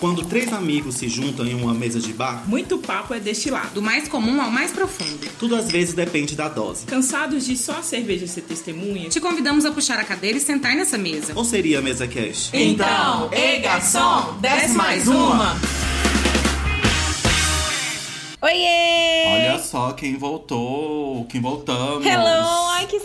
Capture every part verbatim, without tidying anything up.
Quando três amigos se juntam em uma mesa de bar, muito papo é destilado. Do mais comum ao mais profundo. tudo às vezes depende da dose. Cansados de só a cerveja ser testemunha? Te convidamos a puxar a cadeira e sentar nessa mesa. Ou seria a mesa cash? Então, ei garçom, desce mais uma! Oiê! Olha só quem voltou, quem voltamos. Hello! Ai, que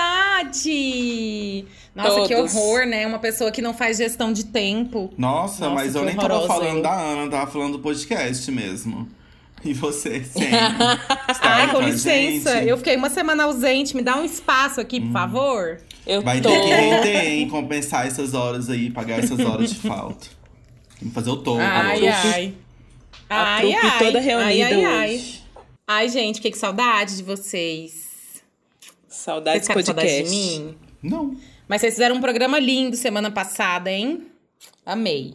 saudade! Nossa, Todos. que horror, né? Uma pessoa que não faz gestão de tempo. Nossa, Nossa, mas eu que nem tava horrorosa, falando eu. da Ana, eu tava falando do podcast mesmo. E você, sim. Ai, com licença. Gente. Eu fiquei uma semana ausente. Me dá um espaço aqui, por favor. Eu Vai tô... ter que render, hein? Compensar essas horas aí, pagar essas horas de falta. Tem que fazer o todo. Ai, trupe- ai. A Ai, trupe ai. toda reunida ai, ai, ai. hoje. Ai, gente, fiquei com saudade de vocês. Saudades Vocês ficaram com podcast. saudade de mim? Não. Mas vocês fizeram um programa lindo semana passada, hein? Amei.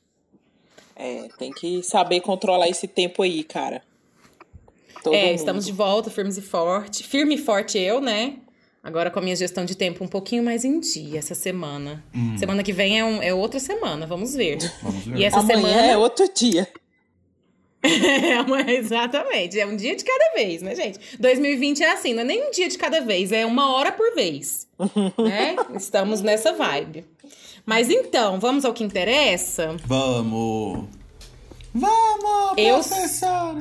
É, tem que saber controlar esse tempo aí, cara. Todo é, mundo. estamos de volta, firmes e forte. Firme e forte eu, né? Agora com a minha gestão de tempo um pouquinho mais em dia essa semana. Hum. Semana que vem é, um- é outra semana, vamos ver. Vamos ver. E essa Amanhã semana... é outro dia. É, uma- exatamente, é um dia de cada vez, né, gente? dois mil e vinte é assim, não é nem um dia de cada vez, é uma hora por vez, né? Estamos nessa vibe. Mas então, vamos ao que interessa? Vamos! Vamos, Eu- professora!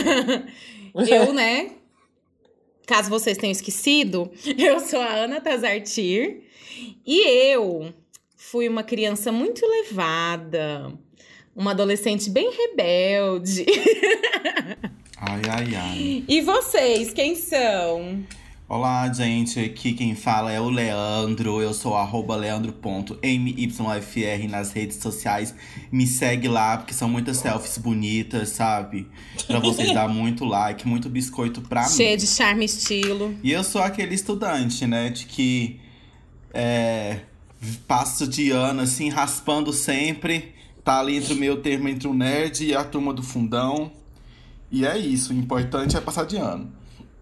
Eu, né, caso vocês tenham esquecido, eu sou a Ana Tazartir e eu fui uma criança muito levada, uma adolescente bem rebelde. Ai, ai, ai. E vocês, quem são? Olá, gente. Aqui quem fala é o Leandro. Eu sou arroba leandro ponto m y f r nas redes sociais. Me segue lá, porque são muitas selfies bonitas, sabe? Pra vocês dar muito like, muito biscoito pra Cheia mim. de charme e estilo. E eu sou aquele estudante, né? De que é, passo de ano, assim, raspando sempre. Tá ali entre o meu termo entre o nerd e a turma do fundão. E é isso. O importante é passar de ano.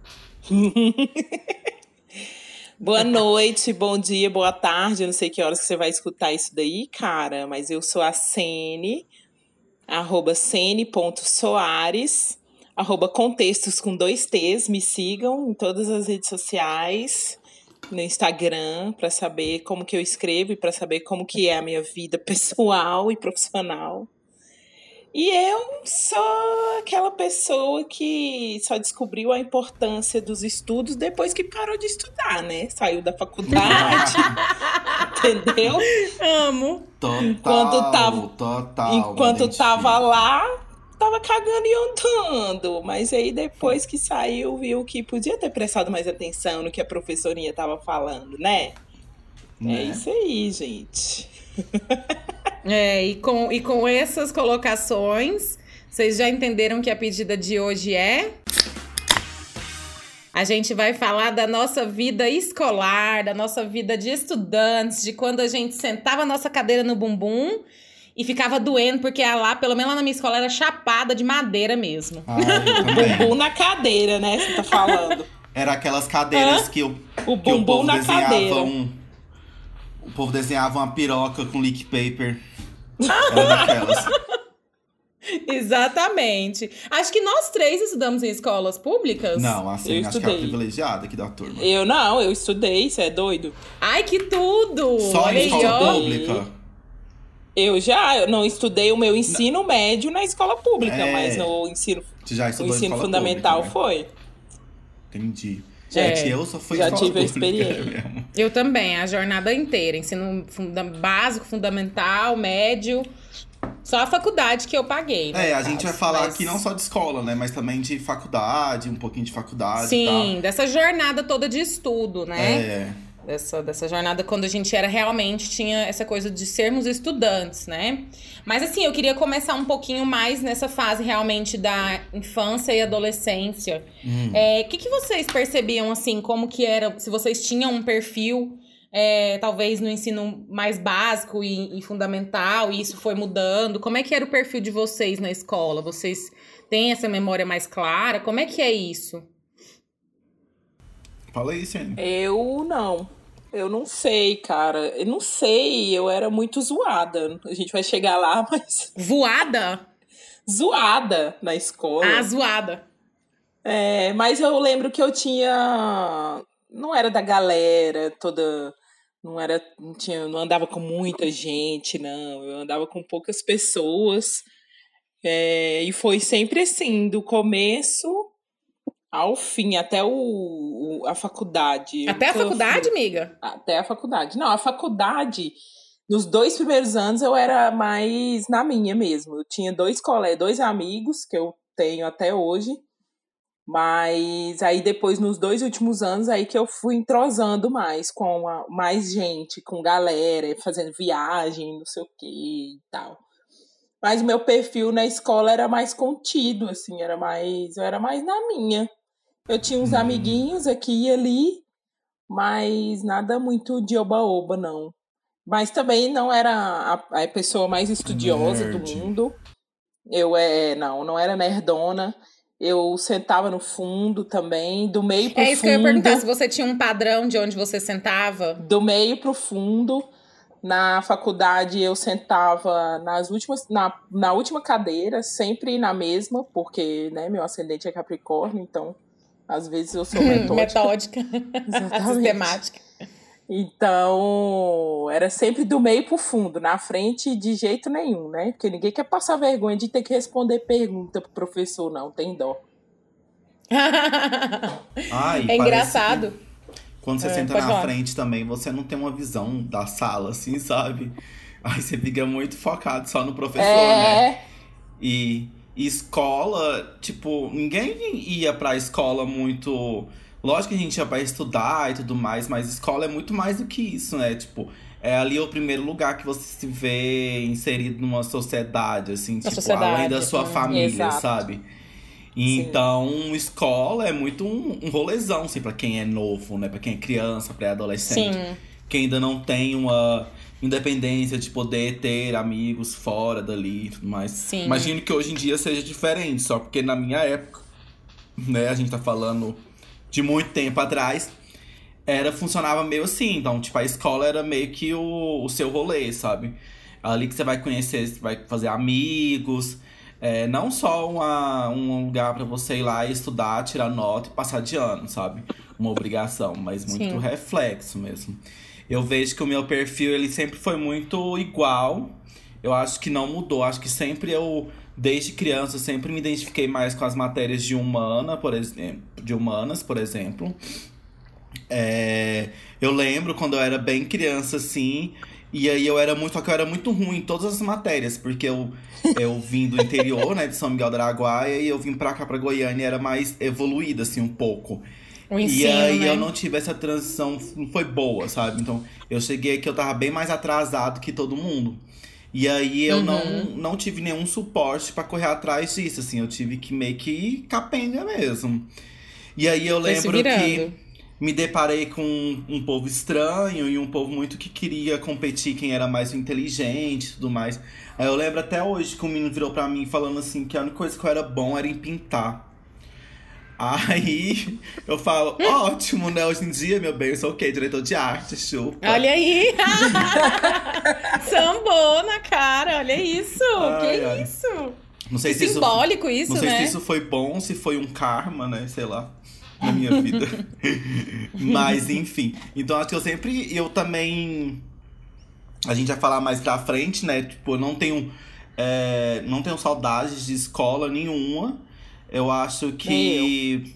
Boa noite, bom dia, boa tarde. Eu não sei que horas que você vai escutar isso daí, cara. Mas eu sou a Sene, arroba sene.soares, arroba contextos com dois T's. Me sigam em todas as redes sociais, no Instagram, pra saber como que eu escrevo e pra saber como que é a minha vida pessoal e profissional. E eu sou aquela pessoa que só descobriu a importância dos estudos depois que parou de estudar, né? Saiu da faculdade, entendeu? Amo. Total, Enquanto tava- total. Enquanto me tava identifico. lá, tava cagando e andando. Mas aí depois que saiu, viu que podia ter prestado mais atenção no que a professorinha tava falando, né? Né? É isso aí, gente. É, e com, e com essas colocações, vocês já entenderam que a pedida de hoje é? A gente vai falar da nossa vida escolar, da nossa vida de estudantes, de quando a gente sentava a nossa cadeira no bumbum e ficava doendo, porque a lá, pelo menos lá na minha escola, era chapada de madeira mesmo. Ah, eu também. Bumbum na cadeira, né? Você tá falando. Era aquelas cadeiras que o, O que o bumbum povo na desenhava cadeira. um, o povo desenhava uma piroca com leak paper. Era daquelas. Exatamente. Acho que nós três estudamos em escolas públicas. Não, assim, Eu acho que é a estudei. privilegiada aqui da turma. Eu não, eu estudei, você é doido? Ai, que tudo! Só Olha em aí, escola ó. pública. Eu já, eu não estudei o meu ensino médio na escola pública, É. mas no ensino, Você já o estudou em ensino escola fundamental pública, né? foi. Entendi. É, Gente, eu só fui já escola tive a pública experiência. mesmo. Eu também, a jornada inteira. Ensino funda- básico, fundamental, médio. Só a faculdade que eu paguei. É, no a gente vai caso, falar mas- aqui não só de escola, né? Mas também de faculdade, um pouquinho de faculdade e Sim, dessa jornada toda de estudo, tal. né? É. Dessa, dessa jornada quando a gente era realmente, tinha essa coisa de sermos estudantes, né? Mas assim, eu queria começar um pouquinho mais nessa fase realmente da infância e adolescência. Hum. É, o que, que vocês percebiam, assim, como que era, se vocês tinham um perfil, é, talvez no ensino mais básico e, e fundamental, e isso foi mudando, como é que era o perfil de vocês na escola? Vocês têm essa memória mais clara? Como é que é isso? Fala aí, Sene. Eu não. Eu não sei, cara. Eu não sei. Eu era muito zoada. A gente vai chegar lá, mas. Voada? Zoada na escola. Ah, zoada. É, mas eu lembro que eu tinha. Não era da galera toda. Não era. Não, tinha, não andava com muita gente, não. Eu andava com poucas pessoas. É, e foi sempre assim, do começo ao fim, até o, o- a faculdade. Eu Até a nunca faculdade, fui- amiga? Até a faculdade. Não, a faculdade, nos dois primeiros anos eu era mais na minha mesmo. Eu tinha dois colegas, dois amigos que eu tenho até hoje. Mas aí depois, nos dois últimos anos, aí que eu fui entrosando mais com a- mais gente, com galera, fazendo viagem, não sei o que e tal. Mas o meu perfil na escola era mais contido, assim, era mais, eu era mais na minha. Eu tinha uns Hum. amiguinhos aqui e ali, mas nada muito de oba-oba, não. Mas também não era a, a pessoa mais estudiosa do Nerd. mundo. Eu é, não, não era nerdona. Eu sentava no fundo também, do meio pro É isso que eu ia fundo. perguntar, se você tinha um padrão de onde você sentava. Do meio pro fundo. Na faculdade eu sentava nas últimas, na, na última cadeira, sempre na mesma, porque né, meu ascendente é Capricórnio, então às vezes eu sou metódica. Metódica. Exatamente. Sistemática. Então, era sempre do meio pro fundo, na frente de jeito nenhum, né? Porque ninguém quer passar vergonha de ter que responder pergunta pro professor, não, tem dó. Ai, É parece engraçado. que quando você É, senta pode na falar. frente também, você não tem uma visão da sala, assim, sabe? Aí você fica muito focado só no professor, né? É, E, e escola, tipo, ninguém ia pra escola muito. Lógico que a gente ia pra estudar e tudo mais, mas escola é muito mais do que isso, né? Tipo, é ali o primeiro lugar que você se vê inserido numa sociedade, assim, tipo, sociedade, além da sua hum, família, exato. sabe? E Sim. então, escola é muito um, um rolezão, assim, pra quem é novo, né? Pra quem é criança, pré-adolescente. Sim. Quem ainda não tem uma independência de poder ter amigos fora dali e tudo mais. Sim. Imagino que hoje em dia seja diferente, só porque na minha época, né, a gente tá falando de muito tempo atrás, era, funcionava meio assim. Então, tipo, a escola era meio que o, o seu rolê, sabe? Ali que você vai conhecer, você vai fazer amigos. É, não só uma, um lugar pra você ir lá e estudar, tirar nota e passar de ano, sabe? Uma obrigação, mas muito Sim. reflexo mesmo. Eu vejo que o meu perfil, ele sempre foi muito igual. Eu acho que não mudou. Acho que sempre eu, desde criança, eu sempre me identifiquei mais com as matérias de humana, por exemplo, de humanas, por exemplo. É, eu lembro quando eu era bem criança, assim, e aí eu era muito, só que eu era muito ruim em todas as matérias, porque eu, eu vim do interior, né, de São Miguel da Araguaia, e eu vim pra cá, pra Goiânia, e era mais evoluída, assim, um pouco. O E ensino, aí né? eu não tive essa transição, não foi boa, sabe? Então eu cheguei aqui, eu tava bem mais atrasado que todo mundo. E aí eu Uhum. não, não tive nenhum suporte pra correr atrás disso, assim, eu tive que meio que ir capenga mesmo. E aí eu Foi se lembro que virando. me deparei com um, um povo estranho e um povo muito que queria competir quem era mais inteligente e tudo mais. Aí eu lembro até hoje que um menino virou pra mim falando assim que a única coisa que eu era bom era em pintar. Aí eu falo, ótimo, né? Hoje em dia, meu bem, eu sou o quê? Diretor de arte, chupa. Olha aí! Sambou na cara, olha isso! Ai, que ai. isso? Não sei Que se isso, simbólico isso, não sei né? se isso foi bom, se foi um karma, né? Sei lá, na minha vida. Mas, enfim. Então, acho que eu sempre... Eu também... A gente vai falar mais pra frente, né? Tipo, eu não tenho... é, não tenho saudades de escola nenhuma. Eu acho que...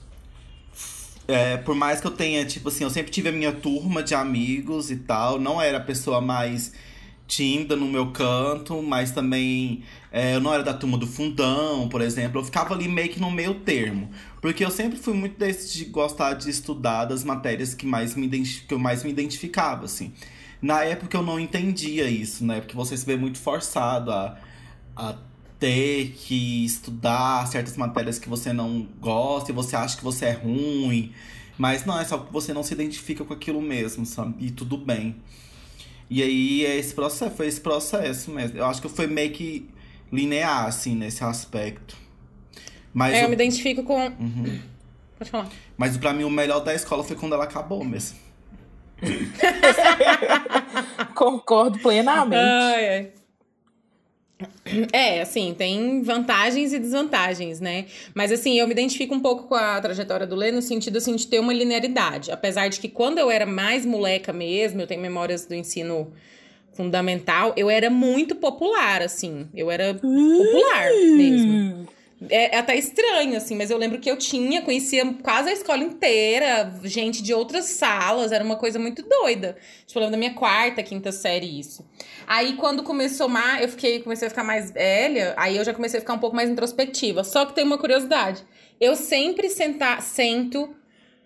É, por mais que eu tenha, tipo assim, eu sempre tive a minha turma de amigos e tal. Não era a pessoa mais tímida no meu canto, mas também é, eu não era da turma do fundão, por exemplo. Eu ficava ali meio que no meio termo. Porque eu sempre fui muito desse de gostar de estudar das matérias que, mais me identi- que eu mais me identificava, assim. Na época eu não entendia isso, né? Porque você se vê muito forçado a, a ter que estudar certas matérias que você não gosta e você acha que você é ruim. Mas não, é só que você não se identifica com aquilo mesmo, sabe? E tudo bem. E aí é esse processo, foi esse processo mesmo. Eu acho que foi meio que linear, assim, nesse aspecto. Mas, É, eu o, me identifico com. Uhum. Pode falar. mas pra mim o melhor da escola foi quando ela acabou mesmo. Concordo plenamente. Ai, ai. É, assim, tem vantagens e desvantagens, né? Mas, assim, eu me identifico um pouco com a trajetória do Lê no sentido, assim, de ter uma linearidade. Apesar de que quando eu era mais moleca mesmo, eu tenho memórias do ensino fundamental, eu era muito popular, assim. Eu era popular mesmo. É até estranho, assim, mas eu lembro que eu tinha, conhecia quase a escola inteira, gente de outras salas, era uma coisa muito doida. Tipo, eu lembro da minha quarta, quinta série, isso. Aí, quando começou mais, eu fiquei, comecei a ficar mais velha, aí eu já comecei a ficar um pouco mais introspectiva. Só que tem uma curiosidade. Eu sempre senta, sento...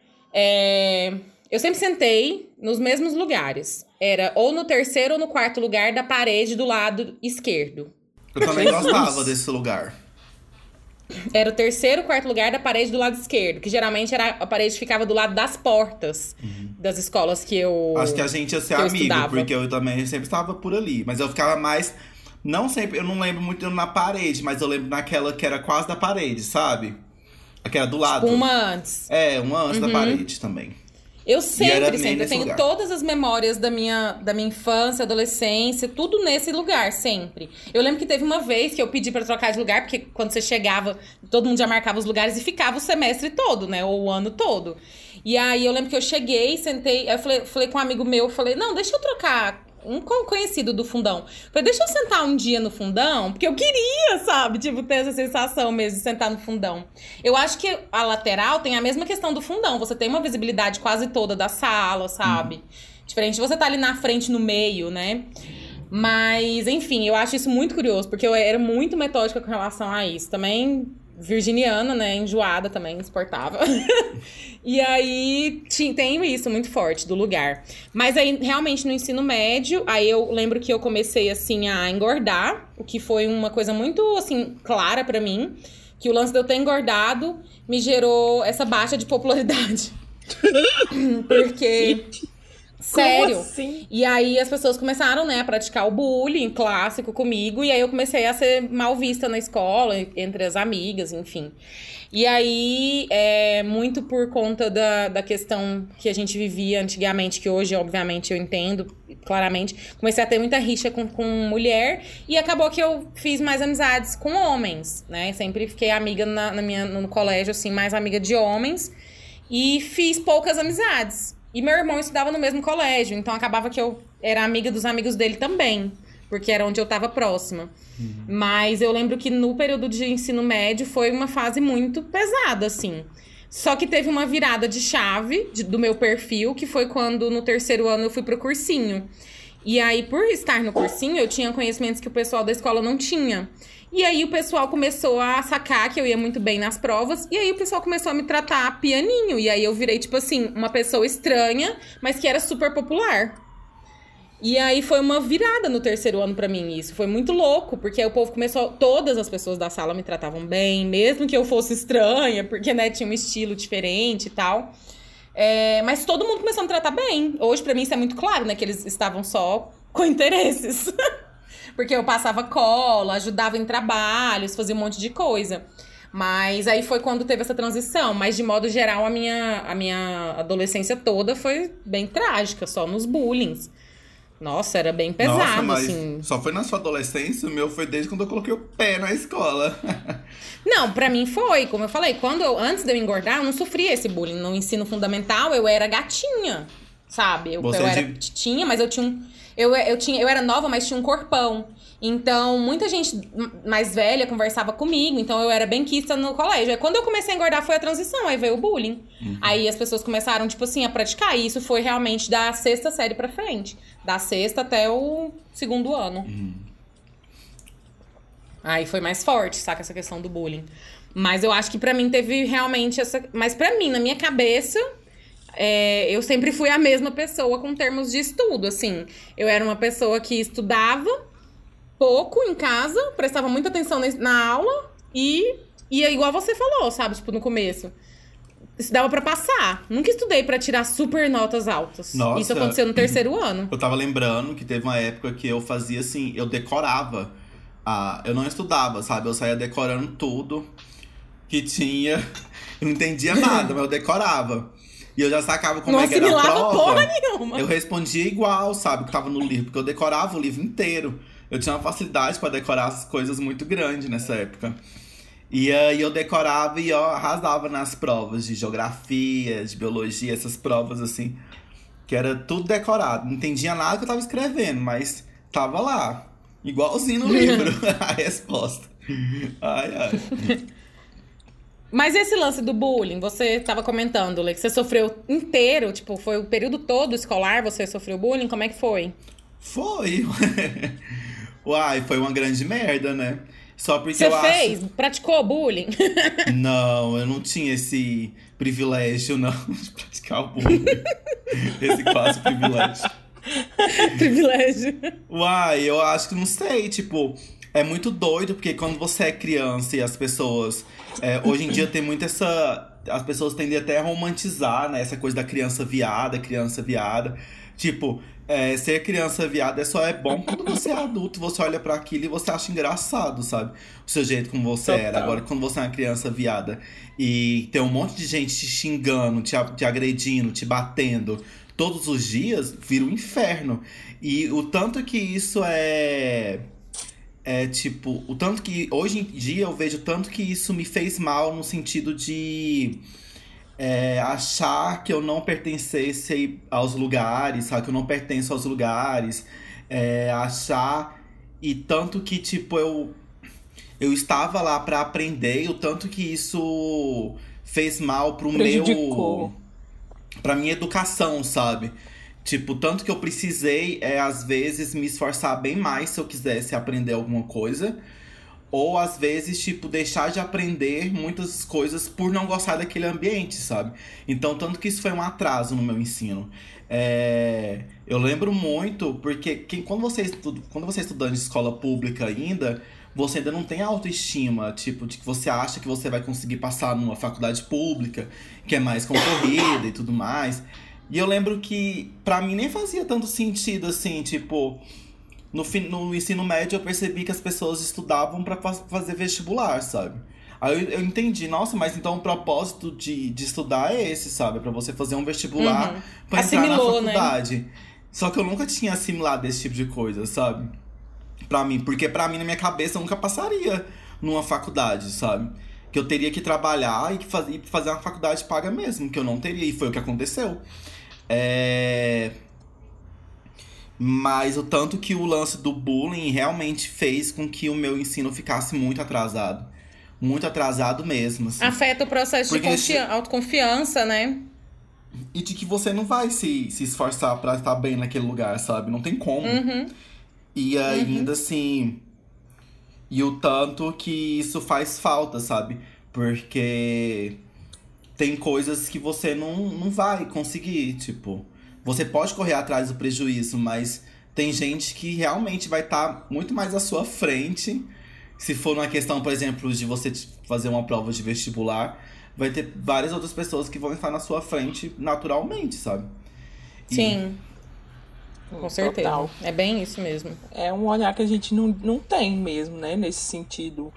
É, eu sempre sentei nos mesmos lugares. Era ou no terceiro ou no quarto lugar da parede do lado esquerdo. Eu também gostava desse lugar. Era o terceiro, quarto lugar da parede do lado esquerdo. Que geralmente era, a parede ficava do lado das portas uhum. das escolas que eu Acho que a gente ia ser amigo, estudava. Porque eu também sempre estava por ali. Mas eu ficava mais... Não sempre... Eu não lembro muito na parede, mas eu lembro naquela que era quase da parede, sabe? Aquela do lado. Tipo uma antes. É, uma antes uhum. da parede também. Eu sempre, sempre. Eu tenho lugar. todas as memórias da minha, da minha infância, adolescência, tudo nesse lugar, sempre. Eu lembro que teve uma vez que eu pedi pra trocar de lugar, porque quando você chegava, todo mundo já marcava os lugares e ficava o semestre todo, né? Ou o ano todo. E aí eu lembro que eu cheguei, sentei, aí eu falei, falei com um amigo meu, falei, não, deixa eu trocar. Um conhecido do fundão. Falei, deixa eu sentar um dia no fundão, porque eu queria, sabe? Tipo, ter essa sensação mesmo de sentar no fundão. Eu acho que a lateral tem a mesma questão do fundão. Você tem uma visibilidade quase toda da sala, sabe? Uhum. Diferente de você estar ali na frente, no meio, né? Mas, enfim, eu acho isso muito curioso, porque eu era muito metódica com relação a isso. Também virginiana, né? Enjoada também, insuportável. E aí, tenho isso muito forte do lugar. Mas aí, realmente, no ensino médio, aí eu lembro que eu comecei, assim, a engordar, o que foi uma coisa muito, assim, clara pra mim, que o lance de eu ter engordado me gerou essa baixa de popularidade. Porque... Sério. Como assim? E aí as pessoas começaram, né, a praticar o bullying clássico comigo. E aí eu comecei a ser mal vista na escola, entre as amigas, enfim. E aí, é, muito por conta da, da questão que a gente vivia antigamente, que hoje, obviamente, eu entendo claramente. Comecei a ter muita rixa com, com mulher. E acabou que eu fiz mais amizades com homens, né? Sempre fiquei amiga na, na minha, no colégio, assim, mais amiga de homens. E fiz poucas amizades. E meu irmão estudava no mesmo colégio, então acabava que eu era amiga dos amigos dele também, porque era onde eu estava próxima. Uhum. Mas eu lembro que no período de ensino médio foi uma fase muito pesada, assim. Só que teve uma virada de chave de, do meu perfil, que foi quando no terceiro ano eu fui pro cursinho. E aí, por estar no cursinho, eu tinha conhecimentos que o pessoal da escola não tinha. E aí o pessoal começou a sacar que eu ia muito bem nas provas. E aí o pessoal começou a me tratar pianinho. E aí eu virei, tipo assim, uma pessoa estranha, mas que era super popular. E aí foi uma virada no terceiro ano pra mim isso. Foi muito louco, porque aí o povo começou... Todas as pessoas da sala me tratavam bem, mesmo que eu fosse estranha, porque, né, tinha um estilo diferente e tal. É, mas todo mundo começou a me tratar bem. Hoje, pra mim, isso é muito claro, né? Que eles estavam só com interesses. Porque eu passava cola, ajudava em trabalhos, fazia um monte de coisa. Mas aí foi quando teve essa transição. Mas, de modo geral, a minha, a minha adolescência toda foi bem trágica, só nos bullings. Nossa, era bem pesado, Nossa, mas assim. Só foi na sua adolescência? O meu foi desde quando eu coloquei o pé na escola. Não, pra mim foi, como eu falei, quando eu, antes de eu engordar, eu não sofria esse bullying. No ensino fundamental, eu era gatinha, sabe? Eu, eu era de... titinha, mas eu tinha um... Eu, eu, tinha, eu era nova, mas tinha um corpão. Então, muita gente mais velha conversava comigo. Então, eu era benquista no colégio. Aí, quando eu comecei a engordar, foi a transição. Aí veio o bullying. Uhum. Aí, as pessoas começaram, tipo assim, a praticar. E isso foi realmente da sexta série pra frente. Da sexta até o segundo ano. Uhum. Aí, foi mais forte, saca? Essa questão do bullying. Mas eu acho que pra mim teve realmente essa... Mas pra mim, na minha cabeça... É, eu sempre fui a mesma pessoa com termos de estudo, assim. Eu era uma pessoa que estudava pouco em casa, prestava muita atenção na aula e ia igual você falou, sabe? Tipo, no começo. Estudava pra passar. Nunca estudei pra tirar super notas altas. Nossa, isso aconteceu no terceiro ano. Eu tava lembrando que teve uma época que eu fazia assim, eu decorava. Ah, eu não estudava, sabe? Eu saía decorando tudo que tinha. Eu não entendia nada, mas eu decorava. E eu já sacava como Não é que era a assimilava prova. porra nenhuma. Eu respondia igual, sabe, que tava no livro, porque eu decorava o livro inteiro. Eu tinha uma facilidade pra decorar as coisas muito grande nessa época. E aí eu decorava e eu arrasava nas provas de geografia, de biologia, essas provas assim. Que era tudo decorado. Não entendia nada que eu tava escrevendo, mas tava lá. Igualzinho no livro, a resposta. Ai, ai. Mas esse lance do bullying, você tava comentando, Lê, que você sofreu inteiro, tipo, foi o período todo escolar, você sofreu bullying, como é que foi? Foi. Uai, foi uma grande merda, né? Só porque Você eu fez? acho... Praticou bullying? Não, eu não tinha esse privilégio, não, de praticar o bullying. Esse quase privilégio. Privilégio. Uai, eu acho que não sei, tipo... É muito doido, porque quando você é criança e as pessoas... É, hoje em dia tem muito essa... As pessoas tendem até a romantizar, né? Essa coisa da criança viada, criança viada. Tipo, é, ser criança viada é só é bom quando você é adulto. Você olha pra aquilo e você acha engraçado, sabe? O seu jeito como você Total. era. Agora, quando você é uma criança viada e tem um monte de gente te xingando, te, te agredindo, te batendo... Todos os dias, vira um inferno. E o tanto que isso é... É tipo, o tanto que hoje em dia eu vejo tanto que isso me fez mal no sentido de é, achar que eu não pertencesse aos lugares, sabe? Que eu não pertenço aos lugares. É, achar. E tanto que, tipo, eu, eu estava lá pra aprender, e o tanto que isso fez mal pro Prejudicou. meu. Pra minha educação, sabe? Tipo, tanto que eu precisei, é, às vezes, me esforçar bem mais se eu quisesse aprender alguma coisa. Ou, às vezes, tipo, deixar de aprender muitas coisas por não gostar daquele ambiente, sabe? Então, tanto que isso foi um atraso no meu ensino. É... Eu lembro muito, porque quem, quando, você estuda, quando você é estudante de escola pública ainda, você ainda não tem autoestima, tipo, de que você acha que você vai conseguir passar numa faculdade pública, que é mais concorrida e tudo mais. E eu lembro que, pra mim, nem fazia tanto sentido, assim, tipo... No, fin- no ensino médio, eu percebi que as pessoas estudavam pra fa- fazer vestibular, sabe? Aí eu, eu entendi, nossa, mas então o propósito de, de estudar é esse, sabe? Pra você fazer um vestibular Uhum. pra entrar na Assimilou, né? faculdade. Só que eu nunca tinha assimilado esse tipo de coisa, sabe? Pra mim, porque pra mim, na minha cabeça, eu nunca passaria numa faculdade, sabe? Que eu teria que trabalhar e que faz- e fazer uma faculdade paga mesmo, que eu não teria, e foi o que aconteceu. É... Mas o tanto que o lance do bullying realmente fez com que o meu ensino ficasse muito atrasado. Muito atrasado mesmo, assim. Afeta o processo de Porque confi- esse- autoconfiança, né? E de que você não vai se, se esforçar pra estar bem naquele lugar, sabe? Não tem como. Uhum. E ainda assim... E o tanto que isso faz falta, sabe? Porque tem coisas que você não, não vai conseguir, tipo... Você pode correr atrás do prejuízo, mas tem gente que realmente vai estar muito mais à sua frente. Se for uma questão, por exemplo, de você t- fazer uma prova de vestibular, vai ter várias outras pessoas que vão estar na sua frente naturalmente, sabe? E- Sim, com certeza. Total. É bem isso mesmo. É um olhar que a gente não, não tem mesmo, né? Nesse sentido.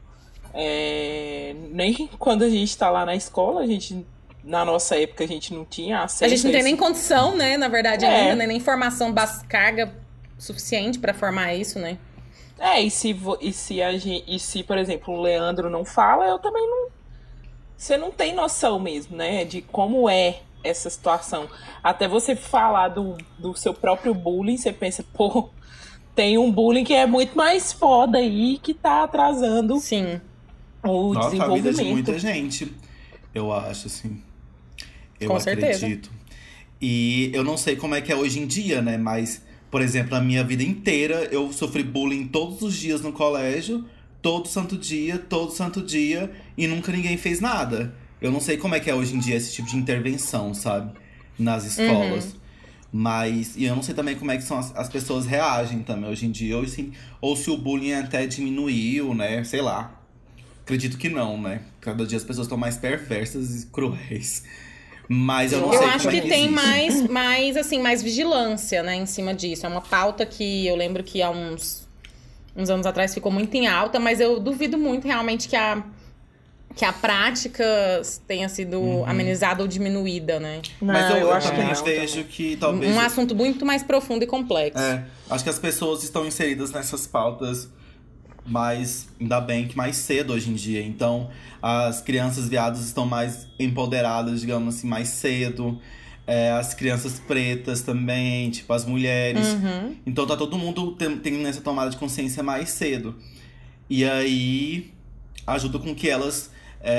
É, nem quando a gente tá lá na escola, a gente... Na nossa época, a gente não tinha acesso A gente não tem esse- nem condição, né? Na verdade, É. ainda, né? Nem formação, bas- carga suficiente pra formar isso, né? É, e se, vo- e, se a gente, e se, por exemplo, o Leandro não fala, eu também não... Você não tem noção mesmo, né? De como é essa situação. Até você falar do, do seu próprio bullying, você pensa, pô, tem um bullying que é muito mais foda aí, que tá atrasando Sim. o Nossa, a vida desenvolvimento. de muita gente, eu acho, assim. Eu Com certeza. acredito. E eu não sei como é que é hoje em dia, né? Mas, por exemplo, a minha vida inteira eu sofri bullying todos os dias no colégio, todo santo dia, todo santo dia, e nunca ninguém fez nada. Eu não sei como é que é hoje em dia esse tipo de intervenção, sabe? Nas escolas. Mas, e eu não sei também como é que são as, as pessoas reagem também hoje em dia. Ou se, ou se o bullying até diminuiu, né? Sei lá. Acredito que não, né? Cada dia as pessoas estão mais perversas e cruéis. Mas eu não Eu sei acho como que é que tem existe. mais, mais, assim, mais vigilância, né, em cima disso. É uma pauta que eu lembro que há uns, uns anos atrás ficou muito em alta, mas eu duvido muito realmente que a, que a prática tenha sido Uhum. amenizada ou diminuída, né? Não, Mas eu, eu, acho que também não. vejo também. que talvez. Um assunto muito mais profundo e complexo. É, acho que as pessoas estão inseridas nessas pautas mais, ainda bem que mais cedo hoje em dia. Então, as crianças viadas estão mais empoderadas, digamos assim, mais cedo. É, as crianças pretas também, tipo, as mulheres. Uhum. Então tá todo mundo tem- tendo essa tomada de consciência mais cedo. E aí ajuda com que elas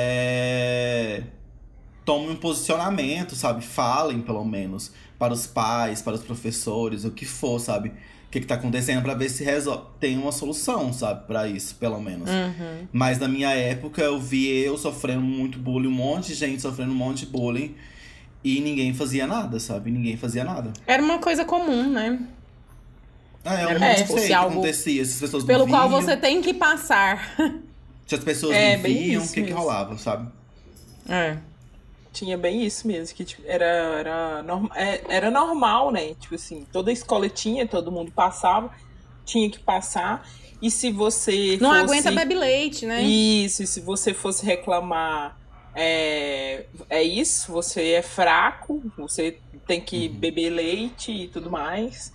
é, tomem um posicionamento, sabe? Falem, pelo menos, para os pais, para os professores, o que for, sabe? O que, que tá acontecendo pra ver se resol- tem uma solução, sabe? Pra isso, pelo menos. Uhum. Mas na minha época eu vi eu sofrendo muito bullying, um monte de gente sofrendo um monte de bullying. E ninguém fazia nada, sabe? Ninguém fazia nada. Era uma coisa comum, né? Ah, é um É, monte de fosse coisa que algo acontecia. Essas pessoas não Pelo qual viam. você tem que passar. Se as pessoas É, não bem viam, o isso que que mesmo. rolava, sabe? É. Tinha bem isso mesmo, que tipo, era, era, norm, é, era normal, né? Tipo assim, toda escola tinha, todo mundo passava, tinha que passar. E se você Não fosse... aguenta bebe leite, né? Isso, e se você fosse reclamar, é, é isso, você é fraco, você tem que Uhum. beber leite e tudo mais.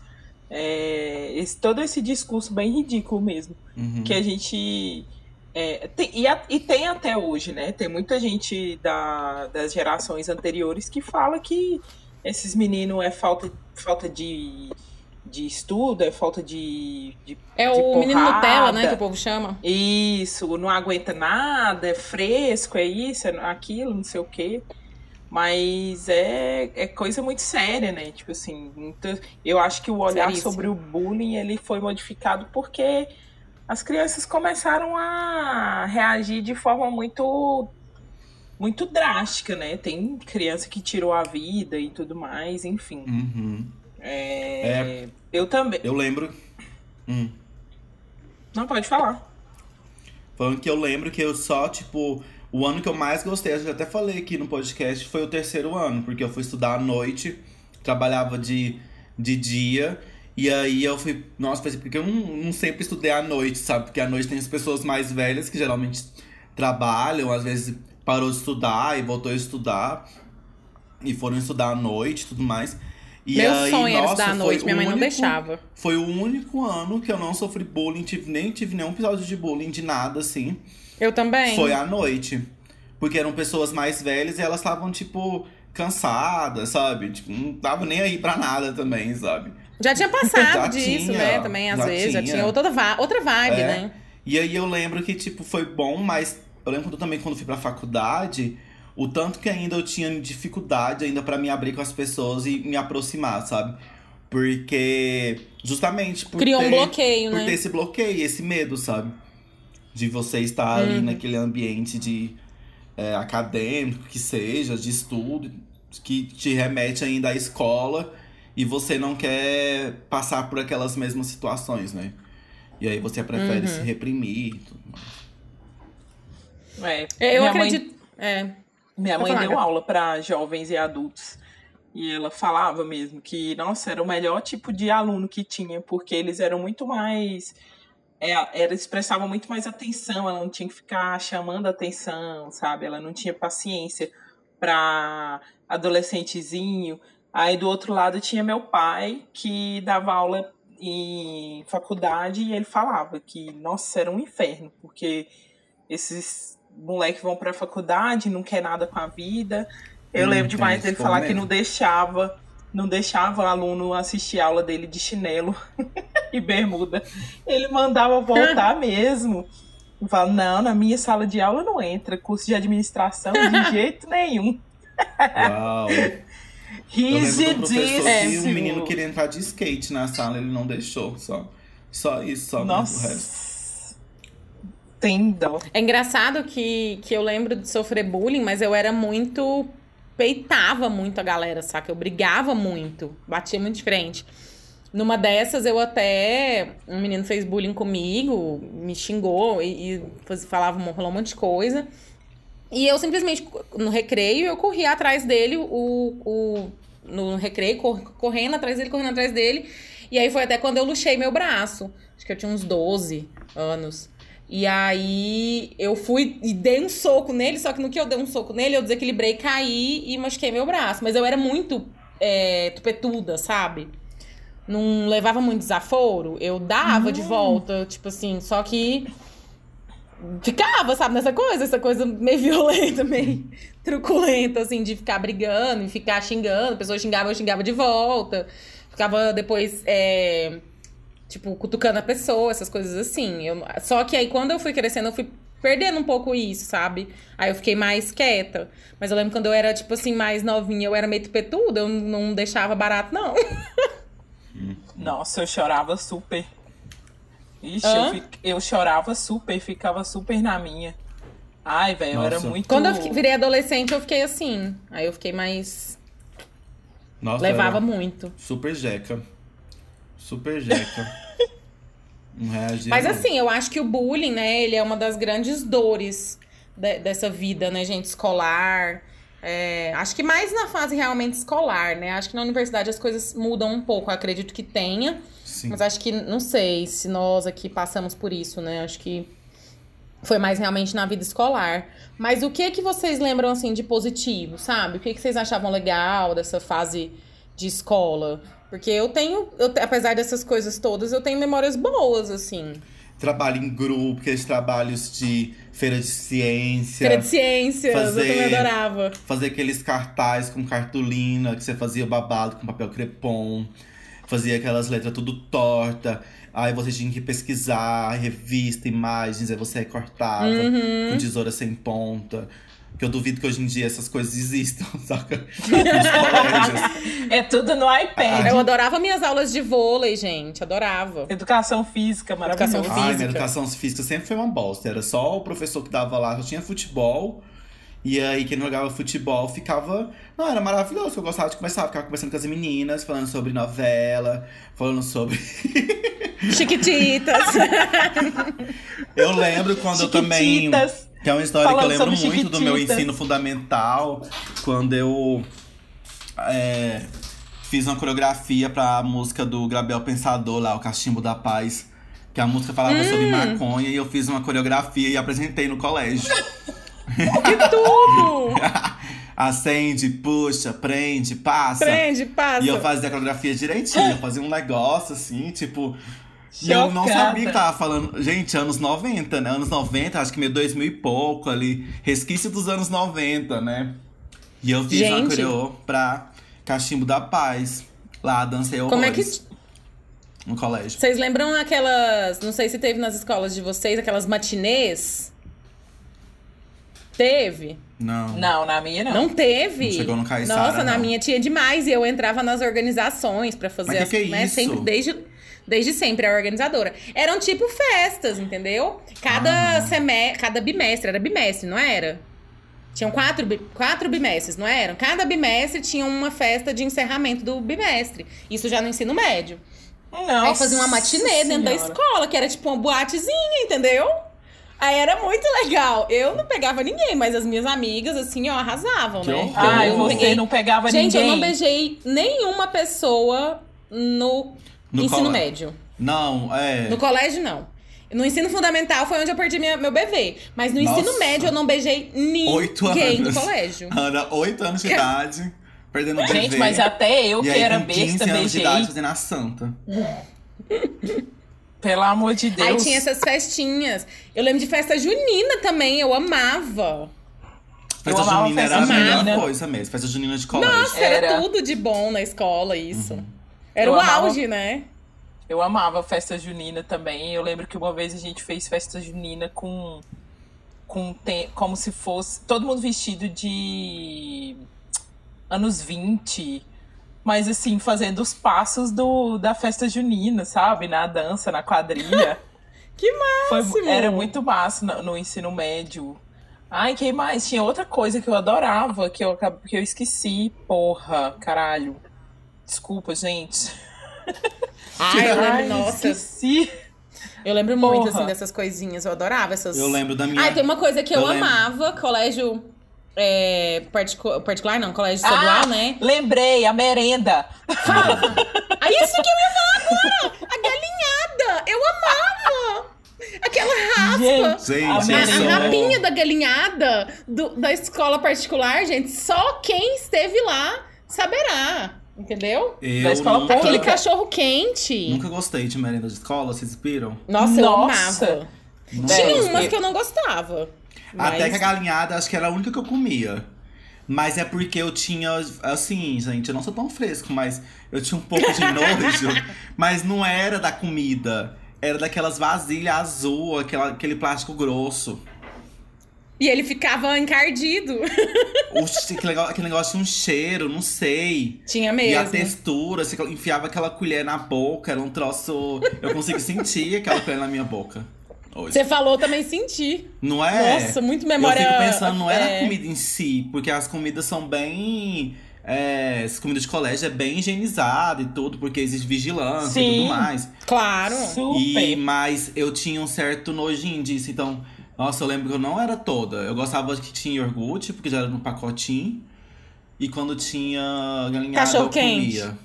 É, esse, todo esse discurso bem ridículo mesmo, Uhum. que a gente... é, tem, e, a- e tem até hoje, né? Tem muita gente da, das gerações anteriores que fala que esses meninos é falta, falta de, de estudo, é falta de, de É de o menino porrada. Nutella, né? Que o povo chama. Isso, não aguenta nada, é fresco, é isso, é aquilo, não sei o quê. Mas é, é coisa muito séria, né? Tipo assim, muita- eu acho que o olhar Seríssimo. sobre o bullying ele foi modificado porque as crianças começaram a reagir de forma muito muito drástica, né? Tem criança que tirou a vida e tudo mais, enfim. Uhum. É, Eu também. Eu lembro. Hum. Não, pode falar. Falando que eu lembro que eu só, tipo, o ano que eu mais gostei, eu já até falei aqui no podcast, foi o terceiro ano, porque eu fui estudar à noite, trabalhava de, de dia, e aí eu fui. Nossa, foi porque eu não, não sempre estudei à noite, sabe? Porque à noite tem as pessoas mais velhas que geralmente trabalham, às vezes parou de estudar e voltou a estudar, e foram estudar à noite e tudo mais. E Meu aí, sonho era nossa, estudar à foi noite, minha o mãe não único- deixava. Foi o único ano que eu não sofri bullying, tive, nem tive nenhum episódio de bullying, de nada, assim. Eu também. Foi à noite. Porque eram pessoas mais velhas e elas estavam, tipo, cansadas, sabe? Tipo, não tava nem aí pra nada também, sabe? Já tinha passado Já disso, tinha, né? Também, às já vezes. Já tinha. tinha outra, va- outra vibe, É. né? E aí eu lembro que, tipo, foi bom, mas eu lembro quando, também quando fui pra faculdade, o tanto que ainda eu tinha dificuldade ainda pra me abrir com as pessoas e me aproximar, sabe? Porque justamente por Criou um ter, bloqueio, por né? ter esse bloqueio, esse medo, sabe? De você estar ali Uhum. naquele ambiente de é, acadêmico, que seja, de estudo, que te remete ainda à escola e você não quer passar por aquelas mesmas situações, né? E aí você prefere Uhum. se reprimir e tudo mais. É, Eu minha mãe- acredito. É. Minha Pode mãe falar, deu Gata. aula para jovens e adultos. E ela falava mesmo que, nossa, era o melhor tipo de aluno que tinha, porque eles eram muito mais. É, ela expressava muito mais atenção, ela não tinha que ficar chamando atenção, sabe? Ela não tinha paciência para adolescentezinho. Aí do outro lado tinha meu pai, que dava aula em faculdade, e ele falava que, nossa, era um inferno, porque esses moleques vão pra faculdade, não quer nada com a vida. Eu Hum, lembro tem demais esse dele povo falar que mesmo. não deixava, não deixava o aluno assistir a aula dele de chinelo e bermuda. Ele mandava voltar mesmo. Eu falo, não, na minha sala de aula não entra, curso de administração de jeito nenhum. Uau! Eu lembro de um professor que Rigidíssimo. um menino queria entrar de skate na sala, ele não deixou. Só, só isso, só mesmo, o resto. Nossa. Tem dó. É engraçado que, que eu lembro de sofrer bullying, mas eu era muito. Peitava muito a galera, saca? Eu brigava muito, batia muito de frente. Numa dessas, eu até. Um menino fez bullying comigo, me xingou e, e faz- falava, rolou um monte de coisa. E eu simplesmente, no recreio, eu corria atrás dele, o, o, no recreio, cor- correndo atrás dele, correndo atrás dele. E aí foi até quando eu luxei meu braço. Acho que eu tinha uns doze anos. E aí eu fui e dei um soco nele, só que no que eu dei um soco nele, eu desequilibrei, caí e machuquei meu braço. Mas eu era muito é, tupetuda, sabe? Não levava muito desaforo, eu dava hum. de volta, tipo assim, só que ficava, sabe, nessa coisa, essa coisa meio violenta, meio truculenta, assim, de ficar brigando e ficar xingando, a pessoa xingava, eu xingava de volta, ficava depois, é, tipo, cutucando a pessoa, essas coisas assim. Eu, só que aí, quando eu fui crescendo, eu fui perdendo um pouco isso, sabe? Aí eu fiquei mais quieta. Mas eu lembro quando eu era, tipo assim, mais novinha, eu era meio tupetuda, eu não deixava barato, não. Nossa, eu chorava super. Ixi, eu, fi... eu chorava super, ficava super na minha. Ai, velho, eu era muito... Quando eu fiquei, virei adolescente, eu fiquei assim. Aí eu fiquei mais... Nossa, levava muito. Super jeca. Super jeca. Não reagia. Mas não. assim, eu acho que o bullying, né, ele é uma das grandes dores de, dessa vida, né, gente, escolar. É, acho que mais na fase realmente escolar, né? Acho que na universidade as coisas mudam um pouco. Eu acredito que tenha. Sim. Mas acho que, não sei se nós aqui passamos por isso, né? Acho que foi mais realmente na vida escolar. Mas o que que vocês lembram, assim, de positivo, sabe? O que que vocês achavam legal dessa fase de escola? Porque eu tenho, eu, apesar dessas coisas todas, eu tenho memórias boas, assim. Trabalho em grupo, aqueles trabalhos de feira de ciência. Feira de ciências, fazer, eu também adorava. Fazer aqueles cartazes com cartolina, que você fazia babado com papel crepom. Fazia aquelas letras tudo torta. Aí você tinha que pesquisar, revista, imagens, aí você recortava uhum. com tesoura sem ponta. Que eu duvido que hoje em dia essas coisas existam, saca? Nos colégios. É tudo no iPad. Eu adorava minhas aulas de vôlei, gente. Adorava. Educação física, maravilhosa. Educação Ai, física. minha educação física sempre foi uma bosta. Era só o professor que dava lá, só tinha futebol. E aí, quem não jogava futebol ficava... Não, era maravilhoso, eu gostava de conversar. Ficava conversando com as meninas, falando sobre novela, falando sobre... Chiquititas. Eu lembro quando eu também... Que é uma história falando que eu lembro muito chiquititas. do meu ensino fundamental. Quando eu é, fiz uma coreografia pra música do Gabriel Pensador lá, o Cachimbo da Paz. Que a música falava hum. sobre maconha. E eu fiz uma coreografia e apresentei no colégio. Que tudo! Acende, puxa, prende, passa. Prende, passa. E eu fazia a coreografia direitinho. Eu fazia um negócio assim, tipo... Chocada. E eu não sabia que tava falando... Gente, anos noventa, né? Anos noventa, acho que meio dois mil e pouco ali. Resquício dos anos noventa, né? E eu fiz Gente. uma coreô pra Cachimbo da Paz. Lá, dancei horrores. Como é que... No colégio. Vocês lembram aquelas... Não sei se teve nas escolas de vocês, aquelas matinês? Teve? Não. Não, na minha não. Não teve? Não chegou no Caiçara, Nossa, na não. minha tinha demais. E eu entrava nas organizações pra fazer... Mas que as, que é né, isso? Sempre, desde... Desde sempre, a organizadora. Eram tipo festas, entendeu? Cada Ah. semestre, cada bimestre, era bimestre, não era? Tinham quatro, bi- quatro bimestres, não eram? Cada bimestre tinha uma festa de encerramento do bimestre. Isso já no ensino médio. Nossa Aí fazia uma matinê dentro da Senhora. escola, que era tipo uma boatezinha, entendeu? Aí era muito legal. Eu não pegava ninguém, mas as minhas amigas, assim, ó, arrasavam, Que né? horror. Ai, Eu você peguei- não pegava Gente, ninguém. eu não beijei nenhuma pessoa no, No ensino colo- médio. Não, é... No colégio, não. No ensino fundamental foi onde eu perdi minha, meu bebê. Mas no Nossa. ensino médio eu não beijei Oito ninguém anos. no colégio. Ana, oito anos de idade, perdendo o bebê. Gente, mas até eu E que aí, era com quinze besta, anos de beijei. idade, fazendo a santa. Pelo amor de Deus. Aí tinha essas festinhas. Eu lembro de festa junina também, eu amava. Festa amava junina festa era a melhor junina. coisa mesmo. Festa junina de colégio. Nossa, era, Era. tudo de bom na escola, isso. Uhum. Era Eu o amava- auge, né? Eu amava festa junina também. Eu lembro que uma vez a gente fez festa junina com... com te- como se fosse... Todo mundo vestido de... anos vinte. Mas assim, fazendo os passos do, da festa junina, sabe? Na dança, na quadrilha. Que máximo! Foi, era muito massa no, no ensino médio. Ai, que mais? Tinha outra coisa que eu adorava, que eu, acab- que eu esqueci. Porra, caralho. Desculpa, gente. Ai, eu lembro, Ai, nossa. esqueci. Eu lembro muito, Porra. assim, dessas coisinhas. Eu adorava essas... Eu lembro da minha... Ai, tem uma coisa que eu, Eu lembro. amava. Colégio é, particu- particular, não. Colégio estadual, Ah, né? lembrei, a merenda. Ah, isso que eu ia falar agora! A galinhada! Eu amava! Aquela Páscoa. Gente, Gente, a eu A, merenda. a rapinha da galinhada do- da escola particular, gente, só quem esteve lá saberá. Entendeu? Eu Da escola nunca, Aquele pública. cachorro quente. nunca gostei de merenda de escola, vocês viram? Nossa, eu Nossa. amava. Não Tinha É, umas eu- que eu não gostava. Até mas- que a galinhada, acho que era a única que eu comia. Mas é porque eu tinha, assim, gente, eu não sou tão fresco, mas eu tinha um pouco de nojo. Mas não era da comida, era daquelas vasilhas azul, aquela, aquele plástico grosso. E ele ficava encardido. Oxi, aquele negócio, aquele negócio tinha um cheiro, não sei. Tinha E a mesmo. textura, você enfiava aquela colher na boca, era um troço. Eu consigo sentir aquela colher na minha boca. Hoje. Você falou, eu também senti. Não é? Nossa, muito memória. Eu fico pensando, não era é. a comida em si, porque as comidas são bem. É, as comidas de colégio é bem higienizada e tudo, porque existe vigilância e Sim. tudo mais. Claro. Super. E, mas eu tinha um certo nojinho disso, então. Nossa, eu lembro que eu não era toda. Eu gostava que tinha iogurte, porque já era no pacotinho. E quando tinha galinhada, Cachorro eu quente. comia.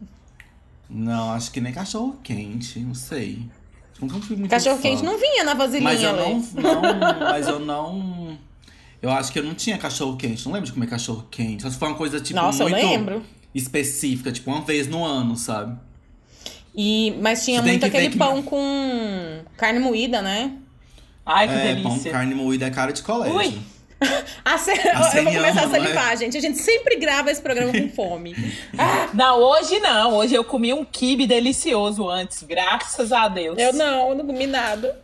Não, acho que nem cachorro quente, não sei. Nunca fui muito Cachorro fã. quente não vinha na vasilhinha, Mas eu Lê. não, não. Mas eu não. Eu acho que eu não tinha cachorro quente. Não lembro de comer cachorro quente. Só se foi uma coisa, tipo, Nossa, eu muito lembro. específica, tipo, uma vez no ano, sabe? E, mas tinha Você tem muito que aquele ver que- pão com carne moída, né? Ai, que É, pão com delícia. carne moída é cara de colégio. Ui. A ce- A eu vou Ceni começar ama, a não é? salivar, gente. A gente sempre grava esse programa com fome. Ah, Não, hoje não. Hoje eu comi um quibe delicioso antes, graças a Deus. eu não, eu não comi nada.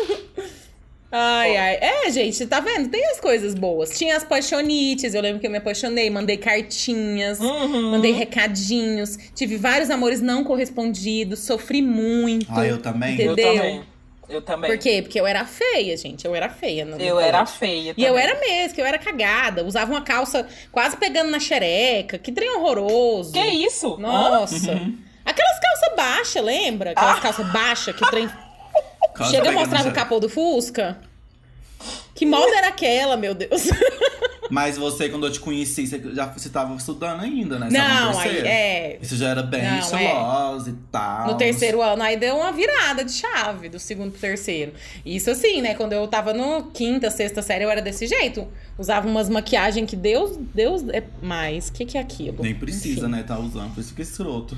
Ai, ai. É, gente, tá vendo? Tem as coisas boas. Tinha as paixonites, eu lembro que eu me apaixonei, mandei cartinhas, Uhum. mandei recadinhos. Tive vários amores não correspondidos, sofri muito. Ah, eu também? Eu Entendeu? também. Eu também. Por quê? Porque eu era feia, gente. Eu era feia. no- no Eu era colégio. feia E eu também. era mesmo, que eu era cagada. Usava uma calça quase pegando na xereca. Que trem horroroso. Que isso? Hã? Nossa. Aquelas calças baixas, lembra? Aquelas calças baixas que o trem Quase chega a pegando mostrar já. o capô do Fusca. Que moda era aquela, meu Deus? Mas você, quando eu te conheci, você já você tava estudando ainda, né? Você tava no Não, aí terceiro. é. Isso já era bem Não, é. estilosa e tal. No terceiro ano, aí deu uma virada de chave do segundo pro terceiro. Isso assim, né? Quando eu tava no quinta, sexta série, eu era desse jeito. Usava umas maquiagens que Deus, Deus é mais. O que, que é aquilo? Nem precisa, Enfim. né? Tá usando, por isso que é escroto.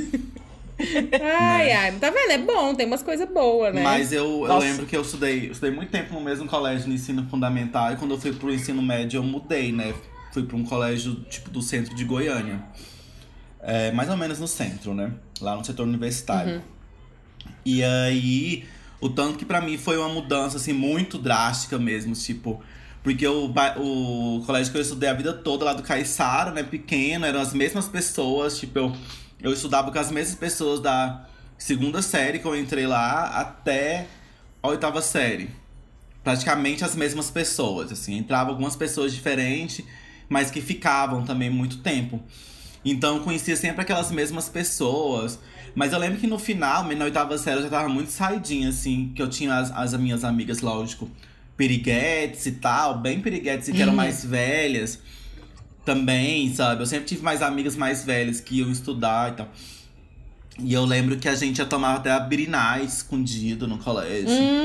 Ai, ai, tá vendo? É bom, tem umas coisas boas, né? Mas eu, eu Nossa. lembro que eu estudei, eu estudei muito tempo no mesmo colégio no ensino fundamental. E quando eu fui pro ensino médio, eu mudei, né? Fui pra um colégio, tipo, do centro de Goiânia. É, mais ou menos no centro, né? Lá no setor universitário. Uhum. E aí, o tanto que pra mim foi uma mudança, assim, muito drástica mesmo. Tipo, porque o, ba- o colégio que eu estudei a vida toda lá do Caiçara, né? Pequeno, eram as mesmas pessoas. Tipo, eu, eu estudava com as mesmas pessoas da segunda série que eu entrei lá até a oitava série. Praticamente as mesmas pessoas, assim. Entravam algumas pessoas diferentes, mas que ficavam também muito tempo. Então eu conhecia sempre aquelas mesmas pessoas. Mas eu lembro que no final, na oitava série, eu já tava muito saidinha, assim. Que eu tinha as, as minhas amigas, lógico, piriguetes e tal. Bem piriguetes e que eram mais velhas também, sabe? Eu sempre tive mais amigas mais velhas que iam estudar e tal. E eu lembro que a gente já tomava até a birinai escondido no colégio.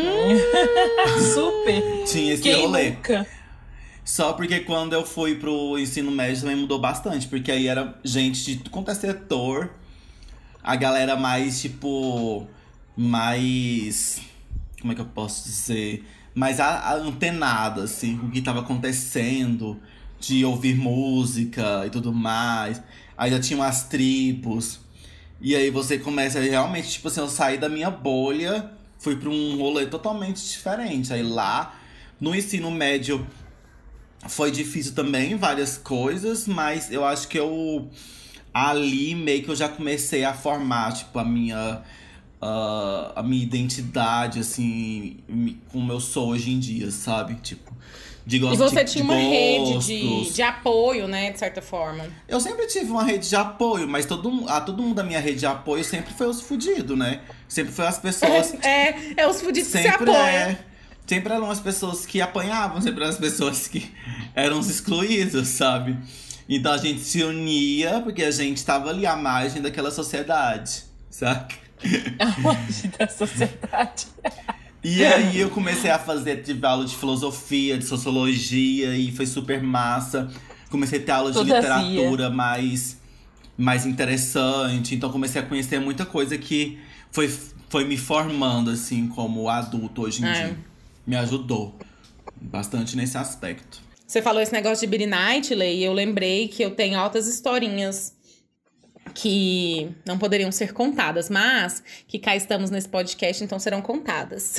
Super. Tinha esse Quem rolê. nunca? Só porque quando eu fui pro ensino médio também mudou bastante. Porque aí era gente de tudo quanto é setor. A galera mais, tipo... Mais... Como é que eu posso dizer? Mais a- a- antenada, assim, com o que tava acontecendo. De ouvir música e tudo mais. Aí já tinham as tribos. E aí você começa a realmente, tipo assim, eu saí da minha bolha. Fui pra um rolê totalmente diferente. Aí lá, no ensino médio... Foi difícil também, várias coisas, mas eu acho que eu ali meio que eu já comecei a formar, tipo, a minha, ah, a minha identidade, assim, mi- como eu sou hoje em dia, sabe? Tipo, de E gosto você de, tinha de uma rede de, gostos. de apoio, né? De certa forma. Eu sempre tive uma rede de apoio, mas todo, mu- a todo mundo da minha rede de apoio sempre foi os fudidos, né? Sempre foi as pessoas É, é os fudidos que se sempre apoiam. é. Sempre eram as pessoas que apanhavam, sempre eram as pessoas que eram os excluídos, sabe? Então a gente se unia porque a gente tava ali à margem daquela sociedade, saca? A margem da sociedade. E aí eu comecei a fazer, tive aula de filosofia, de sociologia, e foi super massa. Comecei a ter aula de Todavia. literatura mais, mais interessante. Então comecei a conhecer muita coisa que foi, foi me formando, assim, como adulto hoje em É. dia. Me ajudou bastante nesse aspecto. Você falou esse negócio de Billie Knightley e eu lembrei que eu tenho altas historinhas que não poderiam ser contadas, mas que cá estamos nesse podcast, então serão contadas.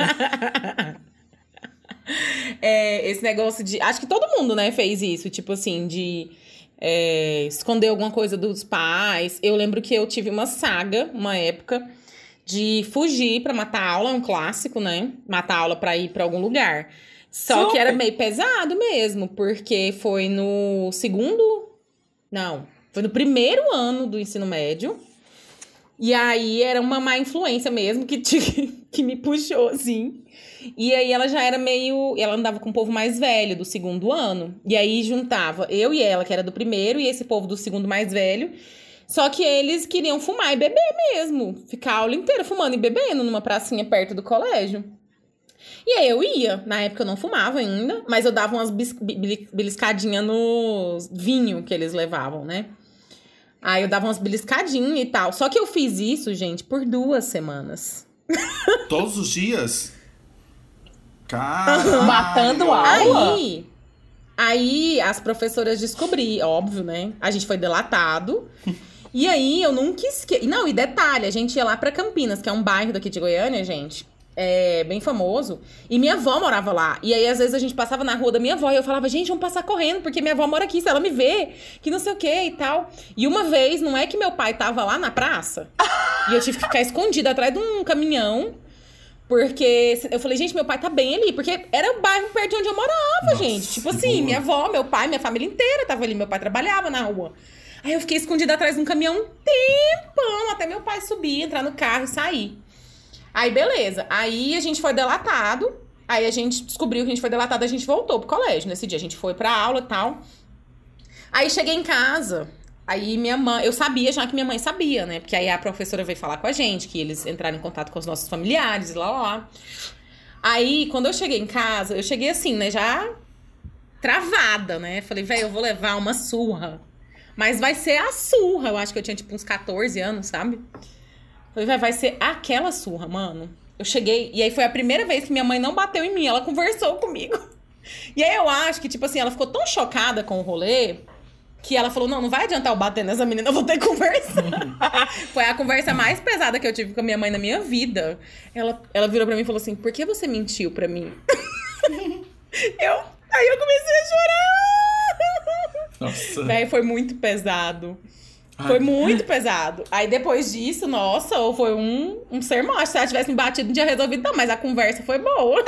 É, esse negócio de... Acho que todo mundo, né, fez isso. Tipo assim, de é, esconder alguma coisa dos pais. Eu lembro que eu tive uma saga, uma época, de fugir pra matar aula. É um clássico, né? Matar aula pra ir pra algum lugar. Só Super. que era meio pesado mesmo, porque foi no segundo... Não, foi no primeiro ano do ensino médio. E aí era uma má influência mesmo que, te, que me puxou, assim. E aí ela já era meio... Ela andava com o povo mais velho, do segundo ano. E aí juntava eu e ela, que era do primeiro, e esse povo do segundo mais velho. Só que eles queriam fumar e beber mesmo. Ficar a aula inteira fumando e bebendo numa pracinha perto do colégio. E aí eu ia. Na época eu não fumava ainda, mas eu dava umas bis- bi- beliscadinhas no vinho que eles levavam, né? Aí eu dava umas beliscadinhas e tal. Só que eu fiz isso, gente, por duas semanas. Todos os dias? Caralho! Matando aula? Aí, aí as professoras descobriram, óbvio, né? A gente foi delatado. E aí eu nunca esqueci. Não, e detalhe, a gente ia lá pra Campinas, que é um bairro daqui de Goiânia, gente. É bem famoso. E minha avó morava lá. E aí, às vezes, a gente passava na rua da minha avó e eu falava, gente, vamos passar correndo, porque minha avó mora aqui, se ela me vê, que não sei o que e tal. E uma vez, não é que meu pai tava lá na praça e eu tive que ficar escondida atrás de um caminhão. Porque eu falei, gente, meu pai tá bem ali. Porque era o bairro perto de onde eu morava, Nossa, gente. Tipo que assim, boa. minha avó, meu pai, minha família inteira tava ali. Meu pai trabalhava na rua. Aí eu fiquei escondida atrás de um caminhão um tempão, até meu pai subir, entrar no carro e sair. Aí, beleza. Aí a gente foi delatado. Aí a gente descobriu que a gente foi delatado, a gente voltou pro colégio. Nesse dia a gente foi pra aula e tal. Aí cheguei em casa. Aí minha mãe... Eu sabia já que minha mãe sabia, né? Porque aí a professora veio falar com a gente, que eles entraram em contato com os nossos familiares e lá, lá, lá. Aí, quando eu cheguei em casa, eu cheguei assim, né? Já travada, né? Falei, velho, eu vou levar uma surra. Mas vai ser a surra. Eu acho que eu tinha, tipo, uns catorze anos, sabe? Falei, vai, vai ser aquela surra, mano. Eu cheguei... E aí foi a primeira vez que minha mãe não bateu em mim. Ela conversou comigo. E aí eu acho que, tipo assim, ela ficou tão chocada com o rolê... Que ela falou, não, não vai adiantar eu bater nessa menina, eu vou ter que conversar. Foi a conversa mais pesada que eu tive com a minha mãe na minha vida. Ela, ela virou pra mim e falou assim, por que você mentiu pra mim? eu, aí eu comecei a chorar. Nossa. Véi, foi muito pesado. Ai. Foi muito pesado. Aí depois disso, nossa, ou foi um, um sermão. Acho que se ela tivesse me batido, não tinha resolvido, não. Mas a conversa foi boa.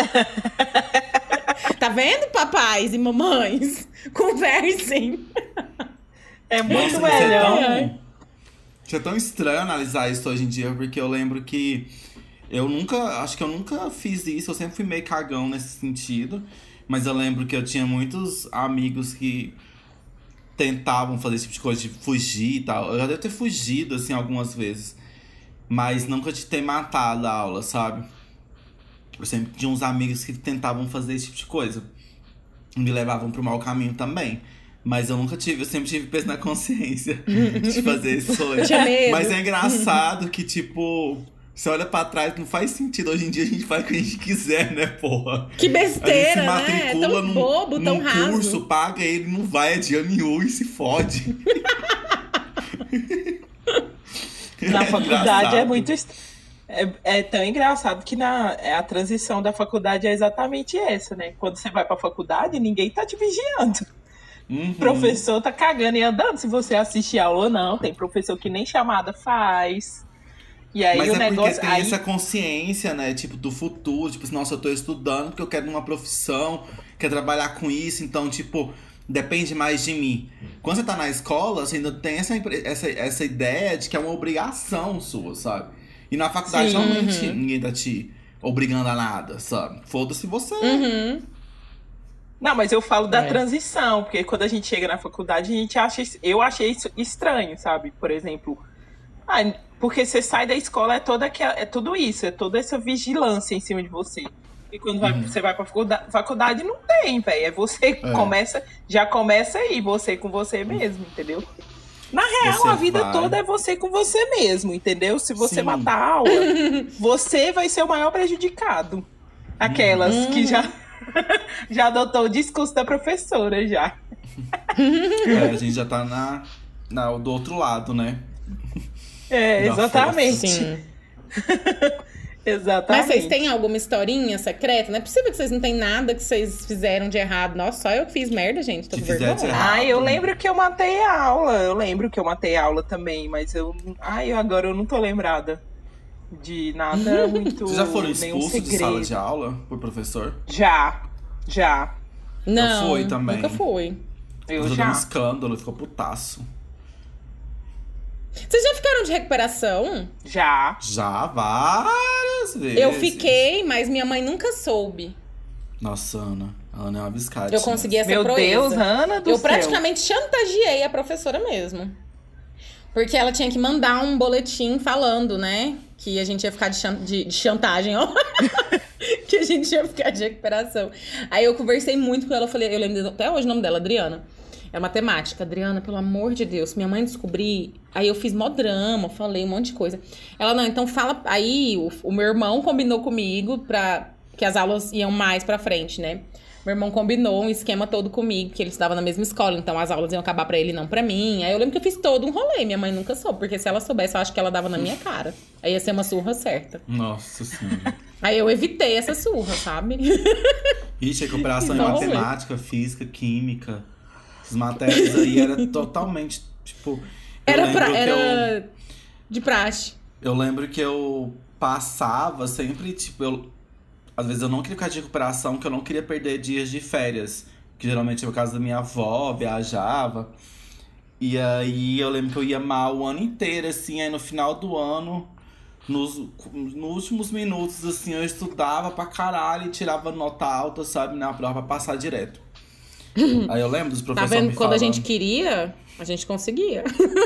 Tá vendo, papais e mamães? Conversem. É muito Nossa, isso é melhor. tão, isso é tão estranho analisar isso hoje em dia, porque eu lembro que eu nunca, acho que eu nunca fiz isso, eu sempre fui meio cagão nesse sentido, mas eu lembro que eu tinha muitos amigos que tentavam fazer esse tipo de coisa, de fugir e tal. Eu já devo ter fugido, assim, algumas vezes, mas nunca de ter matado a aula, sabe? Eu sempre tinha uns amigos que tentavam fazer esse tipo de coisa. Me levavam pro mau caminho também. Mas eu nunca tive, eu sempre tive peso na consciência de fazer esse rolê. Tinha medo. Mas é engraçado que, tipo, você olha pra trás, não faz sentido. Hoje em dia a gente faz o que a gente quiser, né, porra? Que besteira, a gente se né? matricula Tão num, bobo, tão num raso. curso, paga ele, não vai, é de ano nenhum e se fode. Na É faculdade engraçado. é muito... est- É, é tão engraçado que na, é, a transição da faculdade é exatamente essa, né? Quando você vai pra faculdade, ninguém tá te vigiando. Uhum. O professor tá cagando e andando se você assistir aula ou não. Tem professor que nem chamada faz. E aí Mas o é negócio... porque tem aí, essa consciência, né? Tipo, do futuro. Tipo, assim, nossa, eu tô estudando porque eu quero uma profissão, quero trabalhar com isso. Então, tipo, depende mais de mim. Quando você tá na escola, você ainda tem essa, impre- essa, essa ideia de que é uma obrigação sua, sabe? E na faculdade, Sim. realmente, Uhum. ninguém tá te obrigando a nada, sabe? Foda-se você. Uhum. Não, mas eu falo da É. transição, porque quando a gente chega na faculdade, a gente acha... isso- Eu achei isso estranho, sabe? Por exemplo... Ah, Porque você sai da escola, é, toda aquela, é tudo isso, é toda essa vigilância em cima de você. E quando vai, você vai pra faculdade, faculdade não tem, velho. É você que É. começa, já começa aí, você com você mesmo, entendeu? Na real, Você a vida vai. toda é você com você mesmo, entendeu? Se você Sim. matar a aula, você vai ser o maior prejudicado. Aquelas Uhum. que já, já adotou o discurso da professora, já. É, a gente já tá na, na, do outro lado, né? É, Da exatamente. Sim. Exatamente. Mas vocês têm alguma historinha secreta? Não é possível que vocês não tenham nada que vocês fizeram de errado. Nossa, só eu que fiz merda, gente. Tô Que com fizer de vergonha. errado. Ah, eu lembro que eu matei a aula. Eu lembro que eu matei a aula também, mas eu. Ai, eu agora eu não tô lembrada de nada muito. Vocês já foram nenhum expulsos de segredo. sala de aula por professor? Já, já. Não, fui também. nunca fui. Eu Deu um já. escândalo, ficou putaço. Vocês já ficaram de recuperação? Já. Já várias vezes. Eu fiquei, mas minha mãe nunca soube. Nossa, Ana. A Ana é uma biscate. Eu consegui essa Meu proeza. Deus, Ana do Eu céu. praticamente chantageei a professora mesmo. Porque ela tinha que mandar um boletim falando, né? Que a gente ia ficar de, chan- de- de chantagem, ó. Que a gente ia ficar de recuperação. Aí eu conversei muito com ela. Eu falei, eu lembro até hoje o nome dela, Adriana. É matemática. Adriana, pelo amor de Deus, se minha mãe descobrir. Aí eu fiz mó drama, falei um monte de coisa. Ela, não, então fala. Aí o, o meu irmão combinou comigo pra que as aulas iam mais pra frente, né? Meu irmão combinou um esquema todo comigo, que ele estudava na mesma escola, então as aulas iam acabar pra ele, não pra mim. Aí eu lembro que eu fiz todo um rolê, minha mãe nunca soube, porque se ela soubesse, eu acho que ela dava na minha cara. Aí ia ser uma surra certa. Nossa senhora. Aí eu evitei essa surra, sabe? Ixi, recuperação em Não, matemática, física, química. As matérias aí era totalmente, tipo... eu Era, lembro pra, que era de praxe. Eu, eu lembro que eu passava sempre, tipo... Eu, às vezes eu não queria ficar de recuperação, porque eu não queria perder dias de férias. Que geralmente é o caso da minha avó, viajava. E aí eu lembro que eu ia mal o ano inteiro, assim. Aí no final do ano, nos, nos últimos minutos, assim, eu estudava pra caralho e tirava nota alta, sabe, na prova pra passar direto. Aí eu lembro dos Tá professores vendo? me Quando a falando. gente queria, a gente conseguia.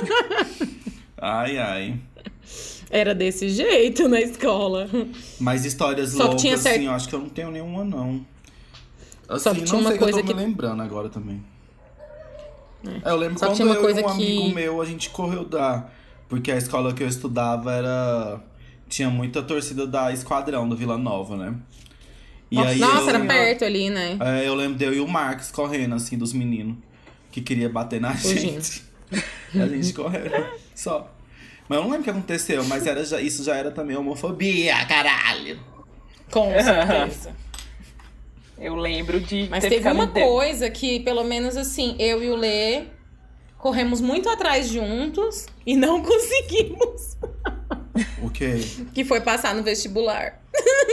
Ai, ai. Era desse jeito na escola. Mas histórias Só que loucas, tinha certo- assim, eu acho que eu não tenho nenhuma, não. Assim, Só que não tinha uma sei que eu coisa tô que- me lembrando agora também. É, eu lembro Só que quando tinha uma eu coisa e um que- amigo meu, a gente correu da... Porque a escola que eu estudava era... Tinha muita torcida da Esquadrão, do Vila Nova, né? E aí Nossa, eu era lembro- perto ali, né? É, eu lembro de eu e o Marcos correndo, assim, dos meninos. Que queria bater na gente. A gente correndo, só. Mas eu não lembro o que aconteceu, mas era já, isso já era também homofobia, caralho. Com certeza. Eu lembro de. Mas ter teve ficado uma de- coisa que, pelo menos assim, eu e o Lê corremos muito atrás juntos e não conseguimos. O quê? Que foi passar no vestibular.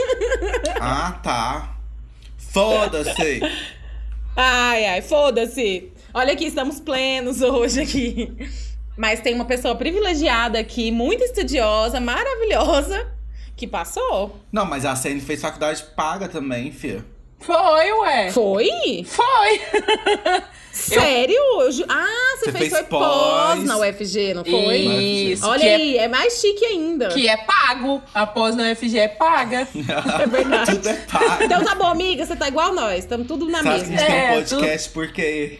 Ah, tá. Foda-se. Ai, ai, foda-se. Olha aqui, estamos plenos hoje aqui. Mas tem uma pessoa privilegiada aqui, muito estudiosa, maravilhosa, que passou. Não, mas a Cene fez faculdade paga também, fia. Foi, ué. Foi? Foi. Sério? Eu ju- Ah, você, Você fez, fez foi pós pós. na U F G, não foi? Isso. Olha que aí, é mais chique ainda. É, que é pago. Após na U F G é paga. É verdade. Tudo é pago. Então tá bom, amiga, você tá igual nós, estamos tudo na Sabe que a mesma. gente tem um É, podcast porque...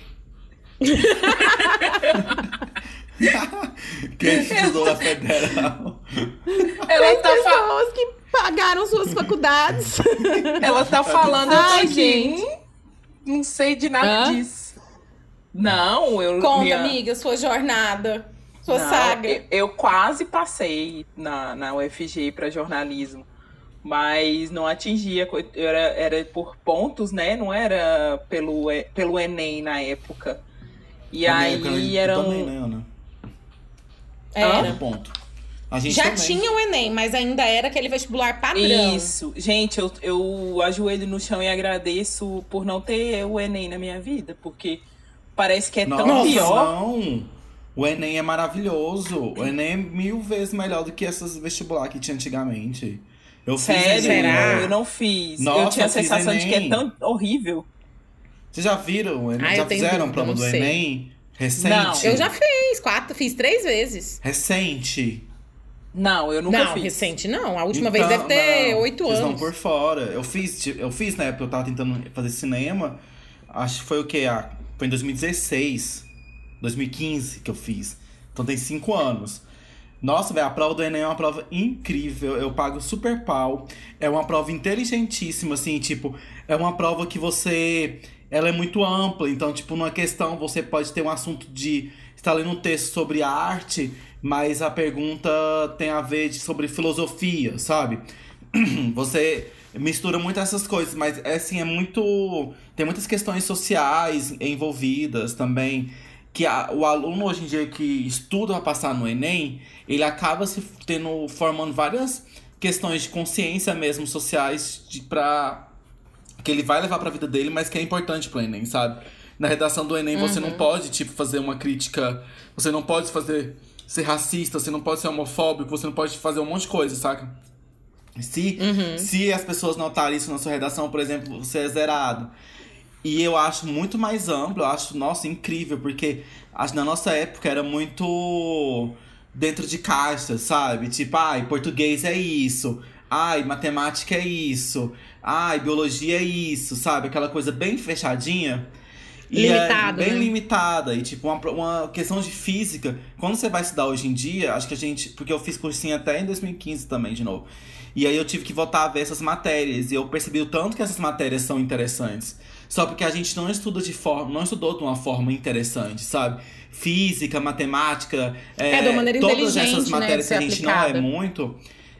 Quem estudou na Federal? Ela As tá, fa- pessoas que pagaram suas faculdades. ela tá falando Ai, aqui. gente. Não sei de nada Hã? disso. Não, eu. Conta, minha- amiga, sua jornada, sua Não, saga. Eu, eu quase passei na, na U F G para jornalismo, mas não atingia. co- Era, era por pontos, né? Não era pelo, E- pelo Enem na época. E aí eu era também, um. né, Ana? Era. Um ponto. A gente Já também. tinha o Enem, mas ainda era aquele vestibular padrão. Isso. Gente, eu, eu ajoelho no chão e agradeço por não ter o Enem na minha vida, porque parece que é tão Nossa, pior. não. O Enem é maravilhoso. O Enem é mil vezes melhor do que essas vestibular que tinha antigamente. Eu Sério, fiz Enem. Será? eu não fiz. eu Nossa, tinha a eu fiz sensação de que é Enem. tão horrível. Vocês já viram o Enem? Ah, eu já tenho fizeram dúvida, prova não do sei. Enem? Recente? Não. Eu já fiz, quatro, fiz três vezes. Recente. Não, eu nunca não, fiz. recente não. A última Então, vez deve ter não, oito vocês anos. estão por fora. Eu fiz, ti- eu fiz na época, eu tava tentando fazer cinema. Acho que foi o quê? Ah, foi em dois mil e dezesseis, dois mil e quinze que eu fiz. Então tem cinco anos. Nossa, velho, a prova do Enem é uma prova incrível. Eu pago super pau. É uma prova inteligentíssima, assim, tipo, é uma prova que você. Ela é muito ampla. Então, tipo, numa questão, você pode ter um assunto de. Você tá lendo um texto sobre arte, mas a pergunta tem a ver de, sobre filosofia, sabe? Você mistura muito essas coisas, mas assim, é muito. Tem muitas questões sociais envolvidas também. Que a- o aluno hoje em dia que estuda para passar no Enem, ele acaba se tendo, formando várias questões de consciência mesmo, sociais, de, pra, que ele vai levar pra vida dele, mas que é importante pro Enem, sabe? Na redação do Enem você não pode, tipo, fazer uma crítica, você não pode fazer ser racista, você não pode ser homofóbico, você não pode fazer um monte de coisa, saca? Se, se as pessoas notarem isso na sua redação, por exemplo, você é zerado. E eu acho muito mais amplo, eu acho, nossa, incrível, porque acho que na nossa época era muito dentro de caixas, sabe? Tipo, ai, português é isso, ai, matemática é isso, ai, biologia é isso, sabe? Aquela coisa bem fechadinha. E Limitado, é bem né? limitada. E, tipo, uma, uma questão de física. Quando você vai estudar hoje em dia, acho que a gente. Porque eu fiz cursinho até em dois mil e quinze também, de novo. E aí eu tive que voltar a ver essas matérias. E eu percebi o tanto que essas matérias são interessantes. Só porque a gente não estuda de forma. Não estudou de uma forma interessante, sabe? Física, matemática. É, de uma maneira todas inteligente, essas né, matérias de que a ser gente não aplicada. é muito.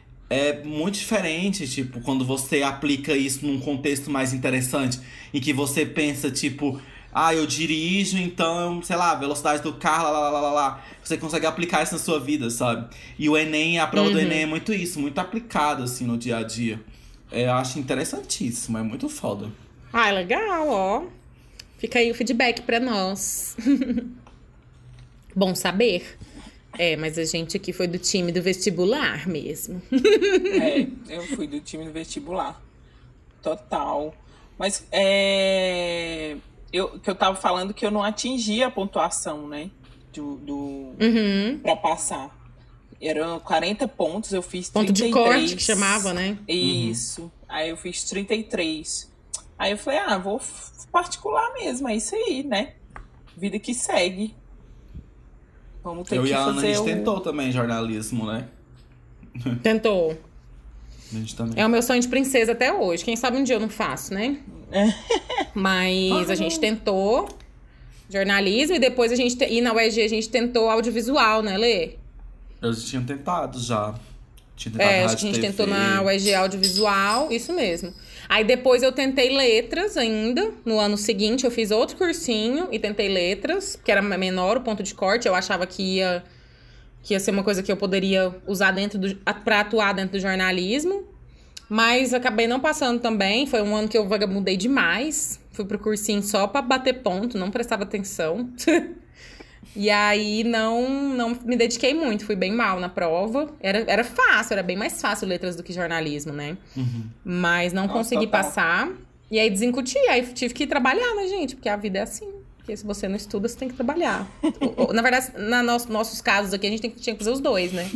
É muito diferente, tipo, quando você aplica isso num contexto mais interessante. Em que você pensa, tipo. Ah, eu dirijo, então, sei lá, velocidade do carro, lá, lá, lá, lá, lá. Você consegue aplicar isso na sua vida, sabe? E o Enem, a prova do Enem é muito isso, muito aplicado, assim, no dia a dia. É, eu acho interessantíssimo, é muito foda. Ah, legal, ó. Fica aí o feedback pra nós. Bom saber. É, mas a gente aqui foi do time do vestibular mesmo. É, eu fui do time do vestibular. Total. Mas é. Eu, que eu tava falando que eu não atingi a pontuação, né? Do, do, Uhum. pra passar. Eram quarenta pontos, eu fiz Ponto trinta e de três. corte que chamava, né? Isso. Aí eu fiz trinta e três. Aí eu falei, ah, vou f- particular mesmo, é isso aí, né? Vida que segue. Vamos ter Eu que e a Ana, a fazer gente o... tentou também jornalismo, né? Tentou. A gente também. É o meu sonho de princesa até hoje. Quem sabe um dia eu não faço, né? Mas a gente tentou jornalismo e depois a gente... te- E na U E G a gente tentou audiovisual, né, Lê? Eu já tinha tentado já. Tinha tentado É, acho rádio, que a gente T V. tentou na U E G audiovisual, isso mesmo. Aí depois eu tentei letras ainda. No ano seguinte eu fiz outro cursinho e tentei letras, que era menor o ponto de corte. Eu achava que ia, que ia ser uma coisa que eu poderia usar dentro do, pra atuar dentro do jornalismo. Mas acabei não passando também. Foi um ano que eu vagabundei demais. Fui pro cursinho só pra bater ponto, não prestava atenção. E aí não, não me dediquei muito, fui bem mal na prova. Era, era fácil, era bem mais fácil letras do que jornalismo, né? Mas não Nossa, consegui total. passar. E aí desincuti, aí tive que ir trabalhar, né, gente? Porque a vida é assim. Porque se você não estuda, você tem que trabalhar. O- o- Na verdade, na nos, nossos casos aqui, a gente tem, que- tinha que fazer os dois, né?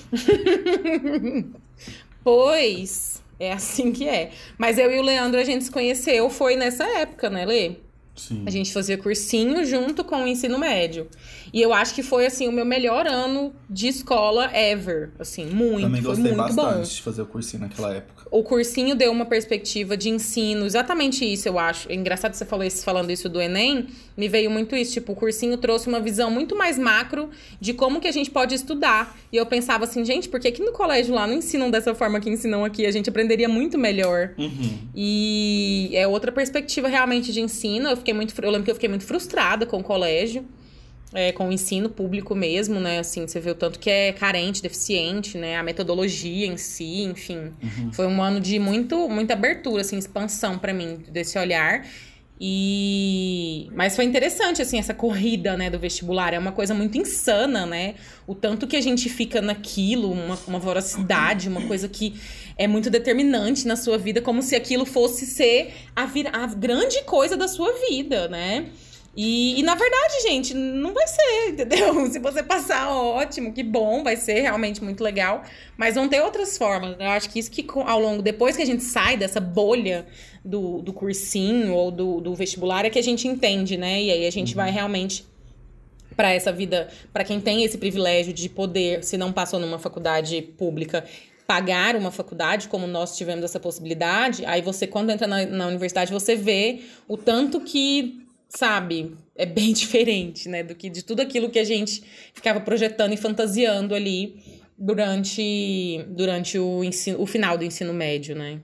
Pois, é assim que é. Mas eu e o Leandro, a gente se conheceu, foi nessa época, né, Lê? Sim. A gente fazia cursinho junto com o ensino médio. E eu acho que foi, assim, o meu melhor ano de escola ever. Assim, muito. Também foi gostei muito bastante bom. de fazer o cursinho naquela época. O cursinho deu uma perspectiva de ensino, exatamente isso, eu acho. É engraçado que você falou isso, falando isso do Enem, me veio muito isso. Tipo, o cursinho trouxe uma visão muito mais macro de como que a gente pode estudar. E eu pensava assim, gente, por que que no colégio lá não ensinam dessa forma que ensinam aqui? A gente aprenderia muito melhor. Uhum. E é outra perspectiva realmente de ensino. Eu fiquei muito, eu lembro que eu fiquei muito frustrada com o colégio, é, com o ensino público mesmo, né? Assim, você vê o tanto que é carente, deficiente, né? A metodologia em si, enfim. Foi um ano de muito, muita abertura, assim, expansão pra mim desse olhar. E... Mas foi interessante, assim, essa corrida, né, do vestibular. É uma coisa muito insana, né? O tanto que a gente fica naquilo, uma, uma voracidade, uma coisa que é muito determinante na sua vida, como se aquilo fosse ser a, vir... a grande coisa da sua vida, né? E, e, na verdade, gente, não vai ser, entendeu? Se você passar, ótimo, que bom, vai ser realmente muito legal. Mas vão ter outras formas. Eu acho que isso que ao longo, depois que a gente sai dessa bolha do, do cursinho ou do, do vestibular, é que a gente entende, né? E aí a gente uhum. vai realmente para essa vida, para quem tem esse privilégio de poder, se não passou numa faculdade pública, pagar uma faculdade, como nós tivemos essa possibilidade. Aí você, quando entra na, na universidade, você vê o tanto que... sabe, é bem diferente, né, do que de tudo aquilo que a gente ficava projetando e fantasiando ali durante, durante o, ensino, o final do ensino médio, né?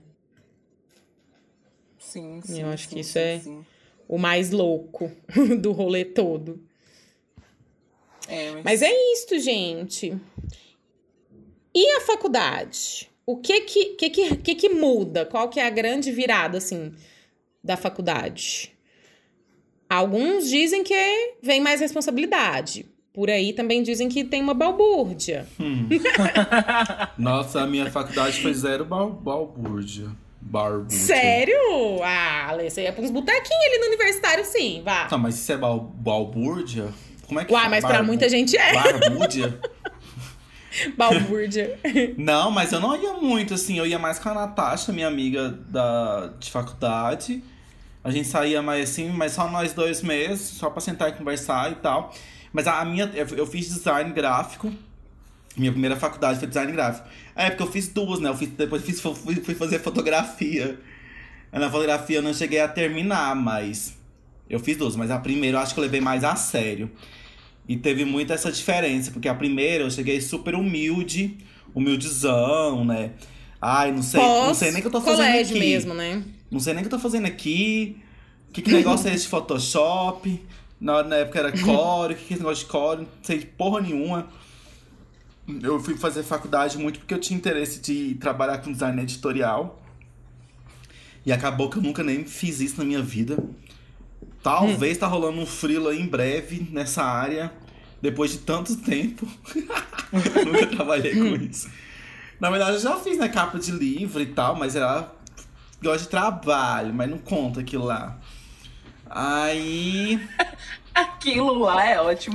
Sim, sim. Eu acho sim, que isso sim, é sim. o mais louco do rolê todo. É, mas... mas é isso, gente. E a faculdade? O que que, que, que, que, que muda? Qual que é a grande virada, assim, da faculdade? Alguns dizem que vem mais responsabilidade. Por aí também dizem que tem uma balbúrdia. Hum. Nossa, a minha faculdade foi zero bal balbúrdia. Barbúrdia. Sério? Ah, Alê, você ia pra uns botequinhos ali no universitário, sim, vá. Tá, mas isso é bal balbúrdia? Como é que Uai, mas Barbu... pra muita gente é. Barbúrdia? Balbúrdia. Não, mas eu não ia muito, assim. Eu ia mais com a Natasha, minha amiga da, de faculdade. A gente saía mais assim, mas só nós dois meses, só pra sentar e conversar e tal. Mas a minha, eu fiz design gráfico. Minha primeira faculdade foi design gráfico. É, porque eu fiz duas, né? Eu fiz, depois fiz, fui, fui fazer fotografia. Na fotografia eu não cheguei a terminar, mas... eu fiz duas, mas a primeira eu acho que eu levei mais a sério. E teve muita essa diferença, porque a primeira eu cheguei super humilde, humildezão, né? Ai, não sei, Pós não sei nem o que eu tô fazendo aqui. colégio mesmo, né? Não sei nem o que eu tô fazendo aqui. Que, que negócio é esse de Photoshop? Na, na época era Core, o que, que é esse negócio de Core? Não sei de porra nenhuma. Eu fui fazer faculdade muito porque eu tinha interesse de trabalhar com design editorial. E acabou que eu nunca nem fiz isso na minha vida. Talvez hum. tá rolando um freela em breve nessa área. Depois de tanto tempo. Nunca trabalhei com isso. Na verdade, eu já fiz, né, capa de livro e tal, mas era... gosto de trabalho, mas não conta aquilo lá. Aí... aquilo lá é ótimo.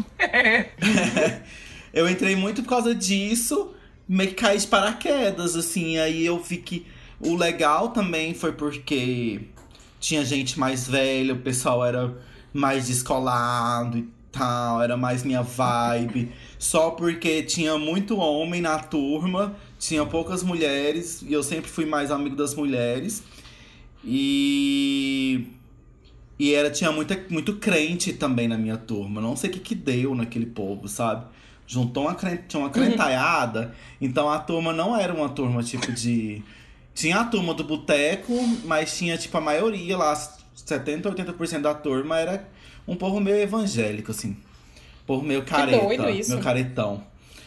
Eu entrei muito por causa disso, meio que caí de paraquedas, assim. Aí eu vi que o legal também foi porque tinha gente mais velha, o pessoal era mais descolado e tal, era mais minha vibe. Só porque tinha muito homem na turma, tinha poucas mulheres, e eu sempre fui mais amigo das mulheres. E... e era, tinha muita, muito crente também na minha turma. Não sei o que que deu naquele povo, sabe? Juntou uma, tinha uma crentaiada. Uhum. Então a turma não era uma turma tipo de... tinha a turma do boteco, mas tinha tipo a maioria lá, setenta, oitenta por cento da turma era um povo meio evangélico, assim. Um povo meio careta, que doido isso. Meio caretão.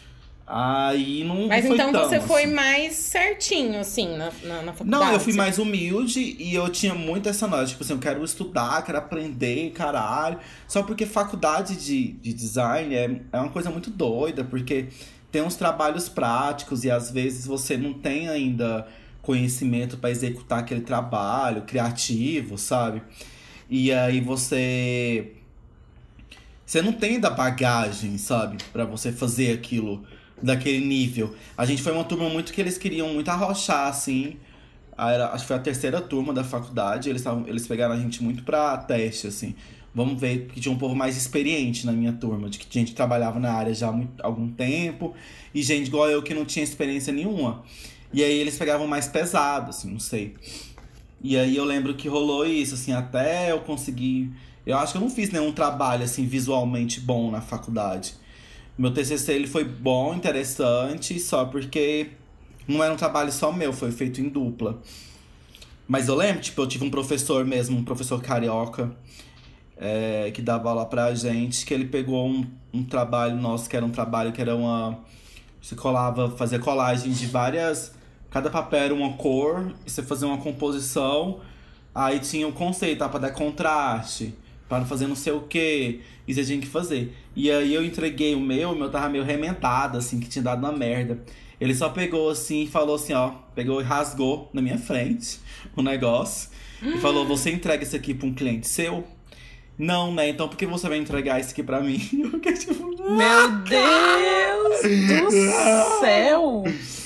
Aí não, mas não foi então tão, você foi assim. mais certinho, assim, na, na, na faculdade? Não, eu fui mais humilde e eu tinha muito essa noção. Tipo assim, eu quero estudar, quero aprender, caralho. Só porque faculdade de, de design é, é uma coisa muito doida, porque tem uns trabalhos práticos e às vezes você não tem ainda conhecimento para executar aquele trabalho criativo, sabe? E aí você... você não tem da bagagem, sabe? Pra você fazer aquilo daquele nível. A gente foi uma turma muito que eles queriam muito arrochar, assim. Era, acho que foi a terceira turma da faculdade. Eles, tavam, eles pegaram a gente muito pra teste, assim. Vamos ver, porque tinha um povo mais experiente na minha turma. De que a gente trabalhava na área já há muito, algum tempo. E gente igual eu que não tinha experiência nenhuma. E aí eles pegavam mais pesado, assim, não sei. E aí eu lembro que rolou isso, assim, até eu conseguir... eu acho que eu não fiz nenhum trabalho, assim, visualmente bom na faculdade. Meu T C C, ele foi bom, interessante, só porque não era um trabalho só meu, foi feito em dupla. Mas eu lembro, tipo, eu tive um professor mesmo, um professor carioca, é, que dava aula pra gente, que ele pegou um, um trabalho nosso, que era um trabalho que era uma... você colava, fazia colagem de várias... cada papel era uma cor, e você fazia uma composição, aí tinha o conceito, tá, pra dar contraste, para fazer não sei o que, e você tinha que fazer. E aí eu entreguei o meu, o meu tava meio remendado, assim, que tinha dado uma merda. Ele só pegou assim e falou assim, ó, pegou e rasgou na minha frente o negócio, e falou, você entrega isso aqui pra um cliente seu? não, né? Então por que você vai entregar isso aqui pra mim? Eu fiquei tipo, Meu Deus do céu!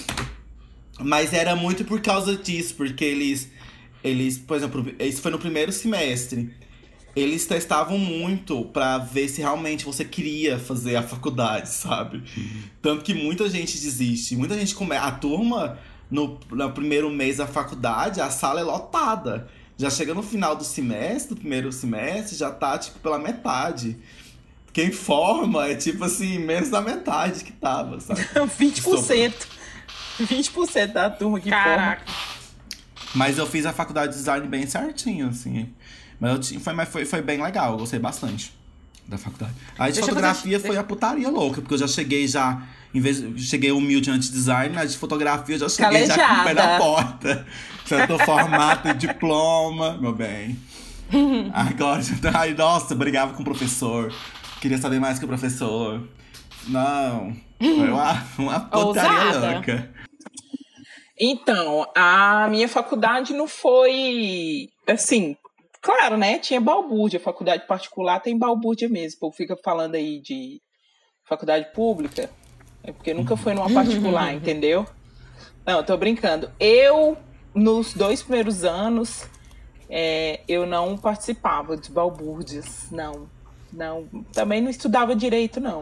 Mas era muito por causa disso, porque eles, eles, por exemplo, isso foi no primeiro semestre. Eles testavam muito pra ver se realmente você queria fazer a faculdade, sabe? Tanto que muita gente desiste. Muita gente começa. A turma, no, no primeiro mês da faculdade, a sala é lotada. Já chega no final do semestre, do primeiro semestre, já tá, tipo, pela metade. Quem forma é, tipo assim, menos da metade que tava, sabe? vinte por cento. vinte por cento da turma que Caraca. forma. Mas eu fiz a faculdade de design bem certinho, assim. Mas, eu tinha, foi, mas foi, foi bem legal, eu gostei bastante da faculdade. Aí de Deixa eu fotografia fazer- foi a putaria louca, porque eu já cheguei já, em vez cheguei humilde antes de design, mas de fotografia eu já cheguei já com o pé na Calejada. porta. Já tô formato e diploma, meu bem. Agora, ai, nossa, brigava com o professor. Queria saber mais que o professor. Não, foi uma, uma putaria Ousada. louca. Então, a minha faculdade não foi assim. Claro, né? Tinha balbúrdia. Faculdade particular tem balbúrdia mesmo. O povo fica falando aí de faculdade pública. É porque nunca foi numa particular, entendeu? Não, eu tô brincando. Eu, nos dois primeiros anos, é, eu não participava de balbúrdias. Não, não. Também não estudava direito, não.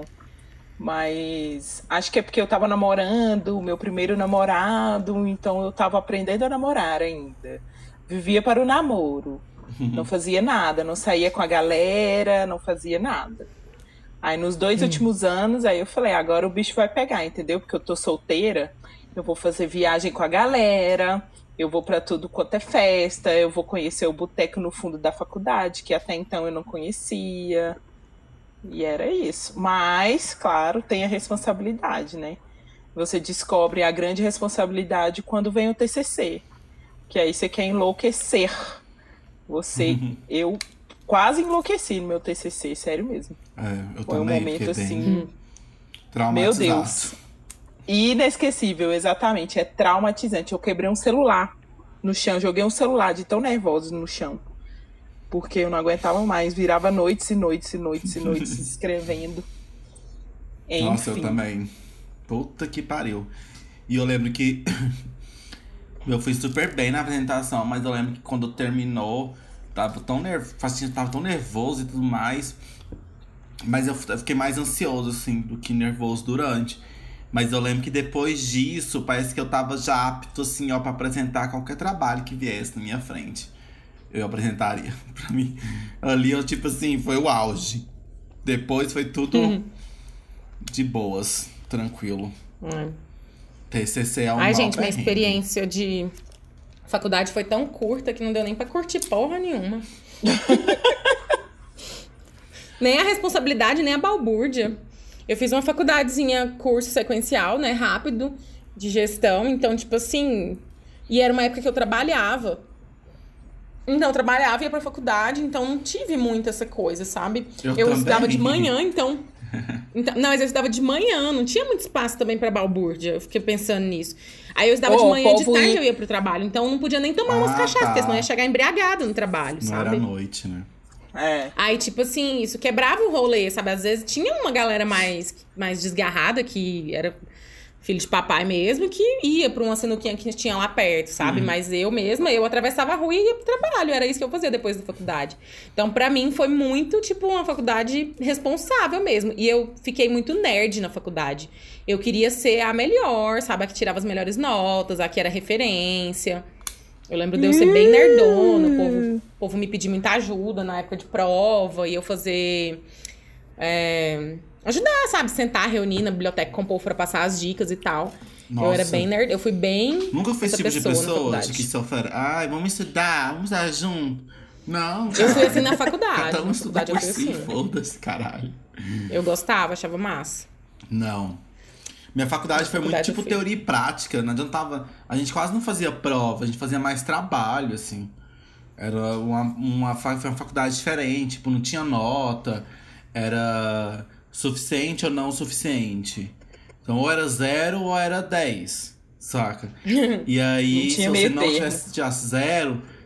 Mas acho que é porque eu tava namorando, o meu primeiro namorado, então eu tava aprendendo a namorar ainda. Vivia para o namoro. Não fazia nada, não saía com a galera, não fazia nada. Aí nos dois últimos anos, aí eu falei, agora o bicho vai pegar, entendeu? Porque eu tô solteira, eu vou fazer viagem com a galera, eu vou pra tudo quanto é festa, eu vou conhecer o boteco no fundo da faculdade, que até então eu não conhecia. E era isso. Mas, claro, tem a responsabilidade, né? Você descobre a grande responsabilidade quando vem o T C C. Que aí você quer enlouquecer. Você, eu quase enlouqueci no meu T C C, sério mesmo. É, eu Foi um também momento fiquei bem assim, meu traumatizado. Deus. Inesquecível, exatamente. É traumatizante. Eu quebrei um celular no chão, joguei um celular de tão nervoso no chão. Porque eu não aguentava mais. Virava noites e noites e noites e noites escrevendo. Enfim. Nossa, eu também. Puta que pariu. E eu lembro que eu fui super bem na apresentação, mas eu lembro que quando terminou, tava tão, nerv... tava tão nervoso e tudo mais. Mas eu fiquei mais ansioso, assim, do que nervoso durante. Mas eu lembro que depois disso, parece que eu tava já apto, assim, ó, pra apresentar qualquer trabalho que viesse na minha frente. Eu apresentaria. Pra mim, ali eu, tipo assim, foi o auge. Depois foi tudo Uhum. de boas, tranquilo. Hum. T C C é um Ai, mau gente, minha perrengue. experiência de faculdade foi tão curta que não deu nem pra curtir porra nenhuma. Nem a responsabilidade, nem a balbúrdia. Eu fiz uma faculdadezinha, curso sequencial, né, rápido, de gestão. Então, tipo assim... E era uma época que eu trabalhava. Então, eu trabalhava e ia pra faculdade. Então, não tive muito essa coisa, sabe? Eu eu também. estudava de manhã, então... então... Não, mas eu estudava de manhã. Não tinha muito espaço também pra balbúrdia. Eu fiquei pensando nisso. Aí, eu estudava Ô, de manhã e de povo tarde ia- eu ia pro trabalho. Então, eu não podia nem tomar umas Ah, cachaças. tá. Porque senão eu ia chegar embriagada no trabalho, Não sabe? era noite, né? É. Aí, tipo assim, isso quebrava o rolê, sabe? Às vezes tinha uma galera mais, mais desgarrada, que era filho de papai mesmo, que ia pra uma sinuquinha que tinha lá perto, sabe? Uhum. Mas eu mesma, eu atravessava a rua e ia pro trabalho. Era isso que eu fazia depois da faculdade. Então, pra mim, foi muito, tipo, uma faculdade responsável mesmo. E eu fiquei muito nerd na faculdade. Eu queria ser a melhor, sabe? A que tirava as melhores notas, a que era referência. Eu lembro de eu ser bem nerdona, o povo, o povo me pedir muita ajuda na época de prova, e eu fazer... é, ajudar, sabe? Sentar, reunir na biblioteca com o povo pra passar as dicas e tal. Nossa. Eu era bem nerd, eu fui bem... Nunca fui esse essa tipo de pessoa na pessoa faculdade. de que se oferece. Ai, vamos estudar, vamos estudar junto. Não, Eu fui assim na faculdade. Cada um Na estuda faculdade eu por fui si, assim. foda-se, caralho. Eu gostava, achava massa. Não. Minha faculdade foi muito faculdade tipo eu fui. teoria e prática. Não adiantava. A gente quase não fazia prova, a gente fazia mais trabalho, assim. Era uma, uma, fa- foi uma faculdade diferente, tipo, não tinha nota. Era suficiente ou não suficiente. Então, ou era zero ou era dez, saca? E aí, Não se tinha você meio não termo. tivesse, tivesse zero,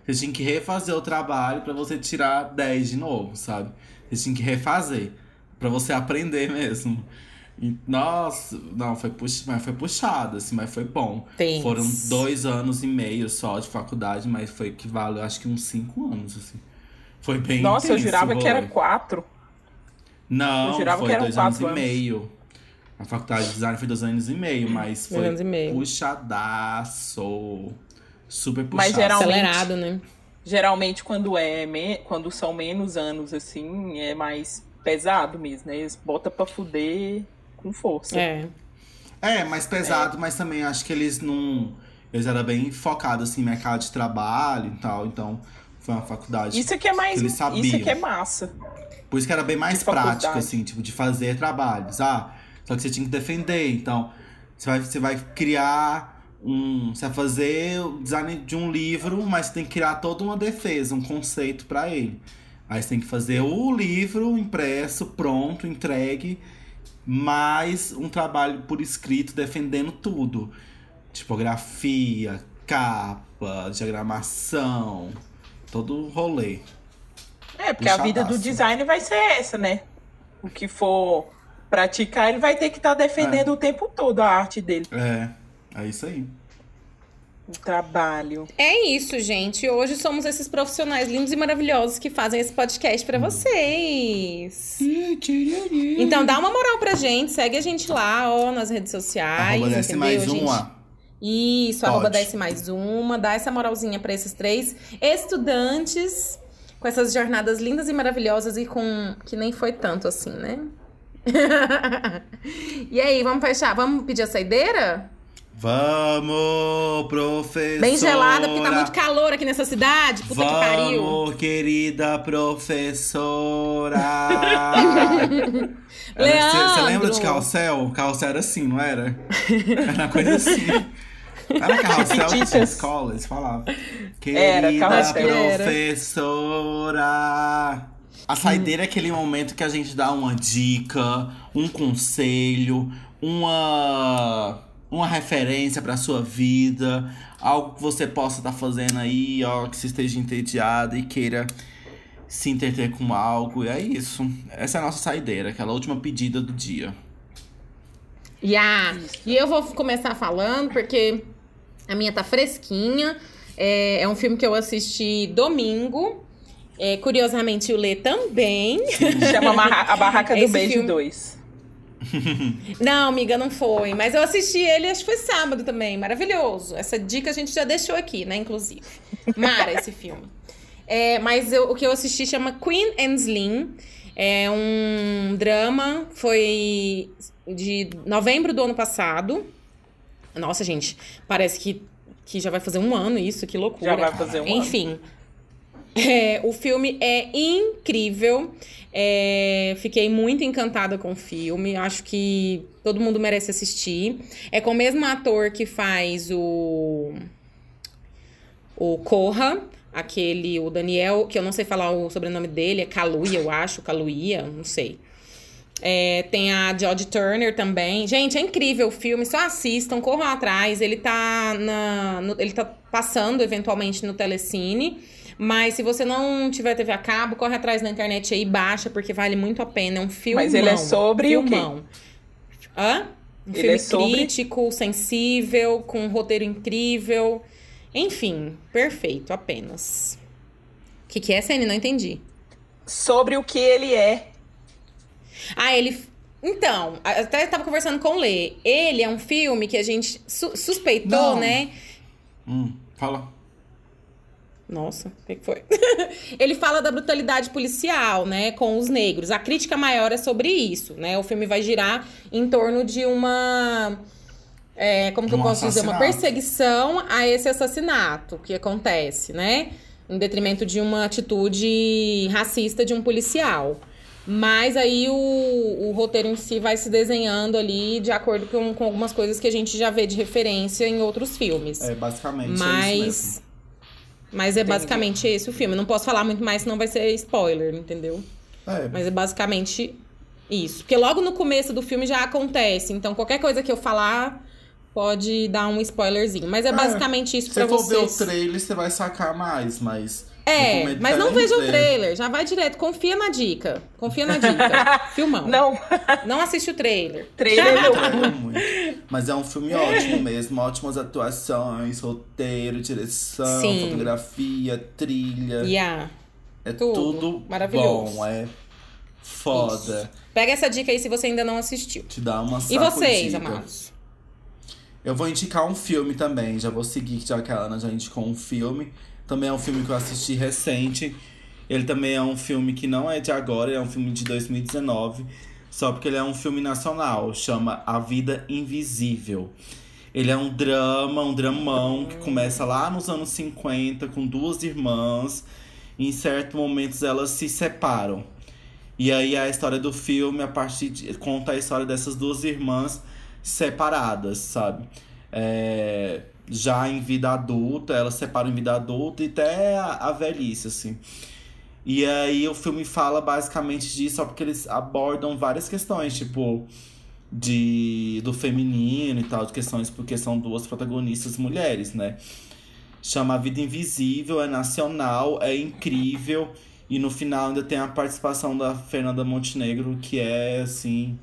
você tinha que refazer o trabalho pra você tirar dez de novo, sabe? Você tinha que refazer, pra você aprender mesmo. E, nossa, não, foi, pux... mas foi puxado, assim, mas foi bom. Tenso. Foram dois anos e meio só de faculdade, mas foi que valeu, acho que uns cinco anos, assim. Foi bem Nossa, eu intenso, jurava que era rolê. quatro. Não, Eu jurava foi que eram dois anos e quatro anos. meio. A faculdade de design foi dois anos e meio, mas Dois foi anos e meio. puxadaço. Super puxado. Mas geralmente- Acelerado, né? Geralmente, quando, é me... quando são menos anos, assim, é mais pesado mesmo, né? Eles botam pra fuder com força. É. É, mais pesado, mas também acho que eles não... Eles eram bem focados, assim, em mercado de trabalho e tal. Então, foi uma faculdade Isso aqui é mais. que eles sabiam. Isso aqui é massa. Por isso que era bem mais De faculdade. prático, assim, tipo, de fazer trabalhos. Ah, só que você tinha que defender. Então, você vai, você vai criar um... Você vai fazer o design de um livro, mas você tem que criar toda uma defesa, um conceito pra ele. Aí você tem que fazer o livro impresso, pronto, entregue, mais um trabalho por escrito defendendo tudo. Tipografia, capa, diagramação, todo o rolê. É, porque a vida do Puxadaço. design vai ser essa, né? O que for praticar, ele vai ter que estar defendendo É. o tempo todo a arte dele. É, é isso aí. O trabalho. É isso, gente. Hoje somos esses profissionais lindos e maravilhosos que fazem esse podcast pra vocês. Então dá uma moral pra gente, segue a gente lá, ó, nas redes sociais, Arroba desce entendeu, mais gente? uma. Isso, Pode. arroba desce mais uma, dá essa moralzinha pra esses três estudantes com essas jornadas lindas e maravilhosas e com... que nem foi tanto assim, né? E aí, vamos fechar? Vamos pedir a saideira? Vamos, professora. Bem gelada, porque tá muito calor aqui nessa cidade. Puta que pariu. Vamos, querida professora. Você Leandro. lembra de carrossel? Carrossel era assim, não era? Era uma coisa assim. Era carrossel que tinha Fictícias. escola, eles falavam. Era, Querida carrossel. Era. professora. A saideira é aquele momento que a gente dá uma dica, um conselho, uma, uma referência pra sua vida, algo que você possa estar fazendo aí, ó, que você esteja entediado e queira se entreter com algo. E é isso. Essa é a nossa saideira, aquela última pedida do dia. Yeah. E eu vou começar falando, porque a minha tá fresquinha. É, é um filme que eu assisti domingo. É, curiosamente, o Lê também. Chama Marra- A Barraca do Esse Beijo filme- dois. Não, amiga, não foi. Mas eu assisti ele, acho que foi sábado também. Maravilhoso. Essa dica a gente já deixou aqui, né, inclusive. Mara, esse filme. É, mas eu- o que eu assisti chama Queen and Slim. É um drama, foi de novembro do ano passado. Nossa, gente, parece que, que já vai fazer um ano isso, que loucura. Já vai fazer um ano. Enfim, é, o filme é incrível. É, fiquei muito encantada com o filme. Acho que todo mundo merece assistir. É com o mesmo ator que faz o... O Corra. Aquele, o Daniel, que eu não sei falar o sobrenome dele, é Kaluuya, eu acho, Kaluuya, não sei. É, tem a Jodie Turner também. Gente, é incrível o filme, só assistam, corram atrás. Ele tá, na, no- ele tá passando eventualmente no Telecine. Mas se você não tiver T V a cabo, corre atrás na internet aí, baixa, porque vale muito a pena. É um filmão. Mas ele é sobre o quê? filmão. Hã? Um Ele filme é sobre- crítico, sensível, com um roteiro incrível. Enfim, perfeito, apenas. O que, que é, Sene? Não entendi. Sobre o que ele é. Ah, ele... Então, a- até estava conversando com o Lê. Ele é um filme que a gente su- suspeitou, Não. né? Hum, fala. Nossa, o que que foi? Ele fala da brutalidade policial, né, com os negros. A crítica maior é sobre isso, né? O filme vai girar em torno de uma... é, como que eu Um posso dizer? Uma assassinato. perseguição a esse assassinato que acontece, né? Em detrimento de uma atitude racista de um policial. Mas aí o, o roteiro em si vai se desenhando ali de acordo com, com algumas coisas que a gente já vê de referência em outros filmes. É basicamente é isso Mas, mesmo. mas é basicamente esse o filme. Eu não posso falar muito mais, senão vai ser spoiler, entendeu? É, Mas é basicamente isso. Porque logo no começo do filme já acontece. Então, qualquer coisa que eu falar pode dar um spoilerzinho. Mas é basicamente isso Se pra você for ver o vocês. trailer, você vai sacar mais, mas... É, recomendo mas até não nem veja o ver. trailer. Já vai direto. Confia na dica. Confia na dica. Filmão. Não, Não assiste o trailer. trailer Não não. entrega muito. Mas é um filme ótimo mesmo. Ótimas atuações, roteiro, direção, Sim. fotografia, trilha. Yeah. É tudo. tudo Maravilhoso. bom, é foda. Pega essa dica aí se você ainda não assistiu. Te dá uma E vocês, sacudida. amados? Eu vou indicar um filme também. Já vou seguir, já que a Ana já indicou um filme. Também é um filme que eu assisti recente. Ele também é um filme que não é de agora, é um filme de dois mil e dezenove. Só porque ele é um filme nacional. Chama A Vida Invisível. Ele é um drama, um dramão que começa lá nos anos cinquenta com duas irmãs. E em certos momentos elas se separam. E aí a história do filme, a partir de, conta a história dessas duas irmãs separadas, sabe? É, já em vida adulta, elas separam em vida adulta e até a, a velhice, assim. E aí o filme fala basicamente disso, só porque eles abordam várias questões, tipo, de, do feminino e tal, de questões, porque são duas protagonistas mulheres, né? Chama A Vida Invisível, é nacional, é incrível. E no final ainda tem a participação da Fernanda Montenegro, que é, assim,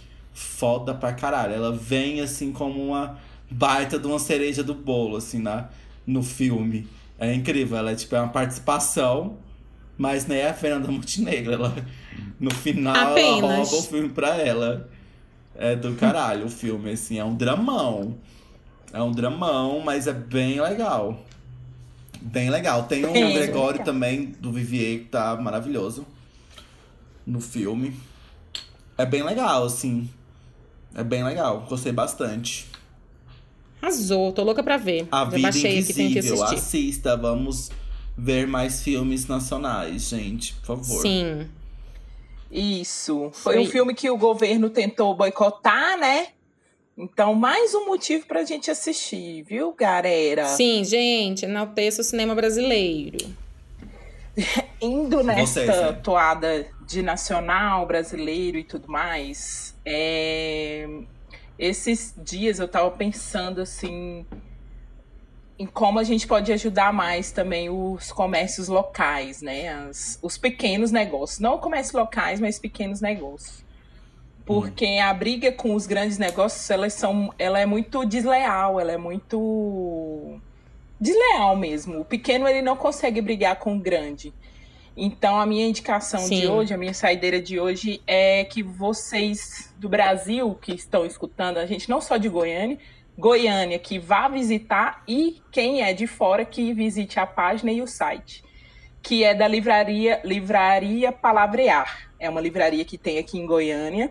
foda pra caralho. Ela vem, assim, como uma baita de uma cereja do bolo, assim, na, no filme. É incrível, ela é, tipo, é uma participação, mas nem é a Fernanda Montenegro. Ela, no final, Apenas. ela rouba o filme pra ela. É do caralho o filme, assim, é um dramão. É um dramão, mas é bem legal. Bem legal. Tem o Bem Gregório legal. também, do Vivier, que tá maravilhoso no filme. É bem legal, assim. É bem legal. Gostei bastante. Arrasou, tô louca pra ver. A Já Vida baixei aqui, tenho que Invisível. assistir. Assista. Vamos ver mais filmes nacionais, gente. Por favor. Sim. Isso. Foi Foi. um filme que o governo tentou boicotar, né? Então, mais um motivo pra gente assistir, viu, galera? Sim, gente, enalteça o cinema brasileiro. Indo nessa Você, Fê? toada de nacional, brasileiro e tudo mais, é, esses dias eu tava pensando, assim, em como a gente pode ajudar mais também os comércios locais, né? As- os pequenos negócios. Não comércios locais, mas pequenos negócios. Porque a briga com os grandes negócios, elas são, ela é muito desleal, ela é muito desleal mesmo. O pequeno, ele não consegue brigar com o grande. Então, a minha indicação Sim. de hoje, a minha saideira de hoje é que vocês do Brasil que estão escutando, a gente não só de Goiânia, Goiânia, que vá visitar, e quem é de fora que visite a página e o site, que é da livraria, livraria Palavrear. É uma livraria que tem aqui em Goiânia,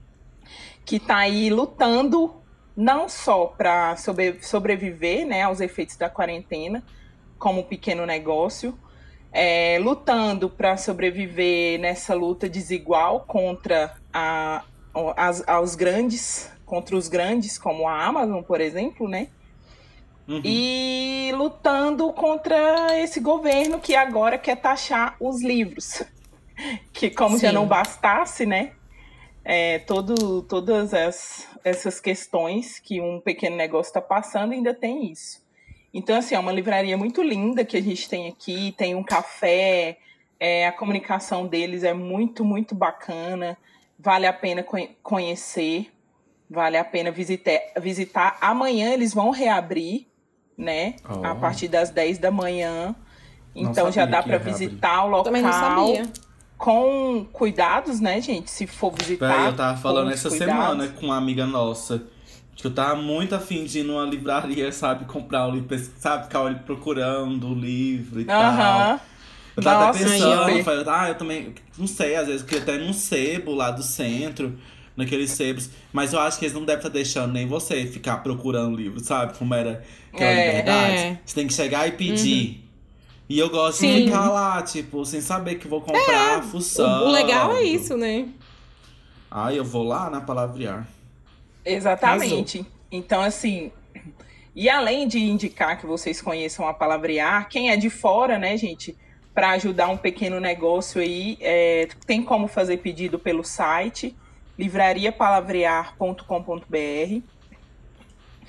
que está aí lutando não só para sobre, sobreviver, né, aos efeitos da quarentena, como pequeno negócio, é, lutando para sobreviver nessa luta desigual contra a, as, aos grandes, contra os grandes, como a Amazon, por exemplo, né? Uhum. E lutando contra esse governo que agora quer taxar os livros. Que como já Sim. não bastasse, né? É, todo, todas as, essas questões que um pequeno negócio está passando, ainda tem isso. Então, assim, é uma livraria muito linda que a gente tem aqui, tem um café, é, a comunicação deles é muito, muito bacana, vale a pena conhe- conhecer, vale a pena visitar, visitar. Amanhã eles vão reabrir, né, Oh. a partir das dez da manhã, Não então já sabia dá que para ia reabrir. visitar o local. Também não sabia. Com cuidados, né, gente? Se for visitar. Véi, eu tava falando com essa cuidados. semana com uma amiga nossa que eu tava muito afim de ir numa livraria, sabe? Comprar um livro, sabe? Ficar ali procurando o livro e tal. Aham. Eu tava Nossa, até pensando, super. eu falei, ah, eu também, não sei, às vezes eu queria até ir num sebo lá do centro, naqueles sebos, mas eu acho que eles não devem estar deixando nem você ficar procurando livro, sabe? Como era aquela É, liberdade. é. Você tem que chegar e pedir. E eu gosto Sim. de ficar lá, tipo, sem saber que vou comprar, fuçando. O, o legal é isso, né? Ah, eu vou lá na Palavrear. Exatamente. Então, assim. E além de indicar que vocês conheçam a Palavrear, quem é de fora, né, gente? Para ajudar um pequeno negócio aí, é, tem como fazer pedido pelo site livraria palavrear ponto com ponto b r.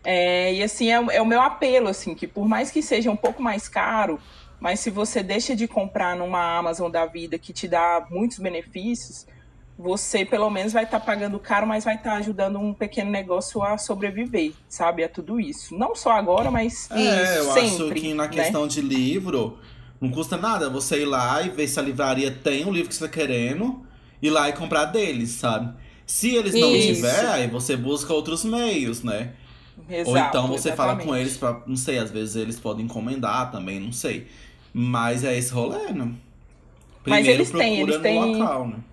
É, e assim, é, é o meu apelo, assim, que por mais que seja um pouco mais caro, mas se você deixa de comprar numa Amazon da vida que te dá muitos benefícios, você pelo menos vai estar tá pagando caro, mas vai estar tá ajudando um pequeno negócio a sobreviver, sabe? A tudo isso. Não só agora, mas É, eu sempre, acho que na né? questão de livro, não custa nada você ir lá e ver se a livraria tem o livro que você tá querendo, ir lá e comprar deles, sabe? Se eles não Isso. tiver, aí você busca outros meios, né? Exato, Ou então você fala exatamente. com eles pra, não sei, às vezes eles podem encomendar também, não sei. Mas é esse rolê, né? Primeiro Mas eles procura têm, eles no têm, local, né?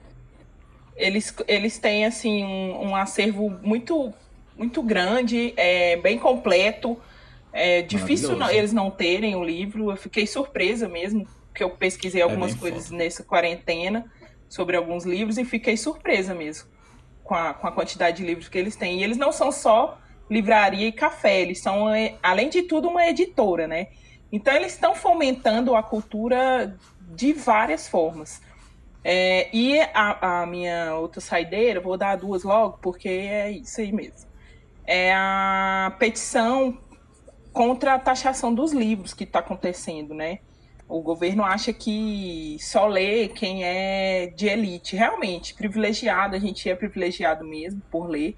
eles, eles têm assim um, um acervo muito, muito grande, é, bem completo. É difícil não- Maravilhoso. eles não terem o livro. Eu fiquei surpresa mesmo, porque eu pesquisei algumas bem coisas foda. nessa quarentena sobre alguns livros e fiquei surpresa mesmo com a, com a quantidade de livros que eles têm. E eles não são só livraria e café, eles são, é, além de tudo, uma editora, né? Então eles estão fomentando a cultura de várias formas. É, e a, a minha outra saideira, vou dar duas logo, porque é isso aí mesmo. É a petição contra a taxação dos livros que está acontecendo, né? O governo acha que só lê quem é de elite. Realmente, privilegiado, a gente é privilegiado mesmo por ler.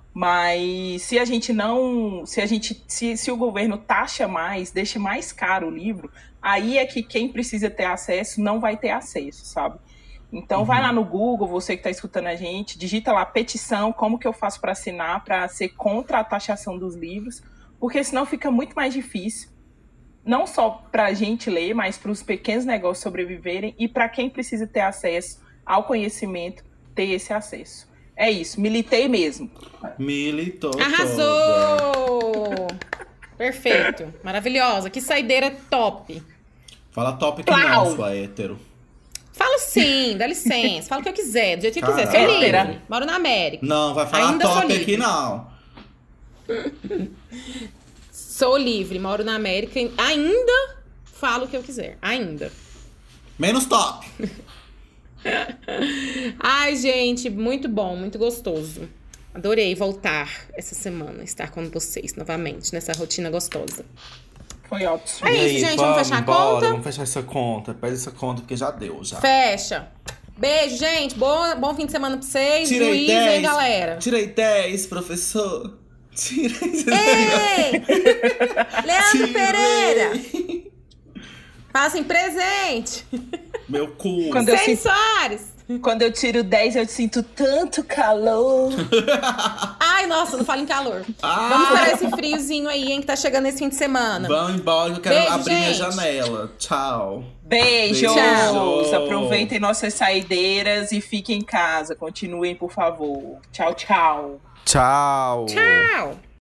Mas se a gente não. Se, a gente, se, se o governo taxa mais, deixa mais caro o livro, aí é que quem precisa ter acesso não vai ter acesso, sabe? Então, uhum. vai lá no Google, você que está escutando a gente, digita lá petição, como que eu faço para assinar, para ser contra a taxação dos livros, porque senão fica muito mais difícil, não só para a gente ler, mas para os pequenos negócios sobreviverem e para quem precisa ter acesso ao conhecimento, ter esse acesso. É isso, militei mesmo. Militou. Arrasou! Perfeito, maravilhosa, que saideira top. Fala top que Plau. não, sua hétero. Falo sim, dá licença. Falo o que eu quiser, do jeito que eu quiser. Sou Caralho. livre. Moro na América. Não, vai falar Ainda sou top livre. aqui não. Sou livre, moro na América. Ainda falo o que eu quiser. Ainda. Menos top. Ai, gente, muito bom, muito gostoso. Adorei voltar essa semana, estar com vocês novamente, nessa rotina gostosa. Foi ótimo. É E isso, aí, gente, vamos fechar a embora, conta? Vamos fechar essa conta. Pede essa conta porque já deu, já. Fecha. Beijo, gente. Bom, bom fim de semana pra vocês. Tirei Juízo dez, aí, galera. Tirei dez, professor. Tirei Ei! Leandro Tirei. Pereira! Passem presente! Meu cu. Quando eu Cem sinto- Soares! Quando eu tiro dez, eu sinto tanto calor. Ai, nossa, não fala em calor. Ah. Vamos esperar esse friozinho aí, hein, que tá chegando esse fim de semana. Vamos embora que eu quero Beijo, abrir minha gente. janela. Tchau. Beijos! Beijo. Aproveitem nossas saideiras e fiquem em casa. Continuem, por favor. Tchau, tchau. Tchau. Tchau!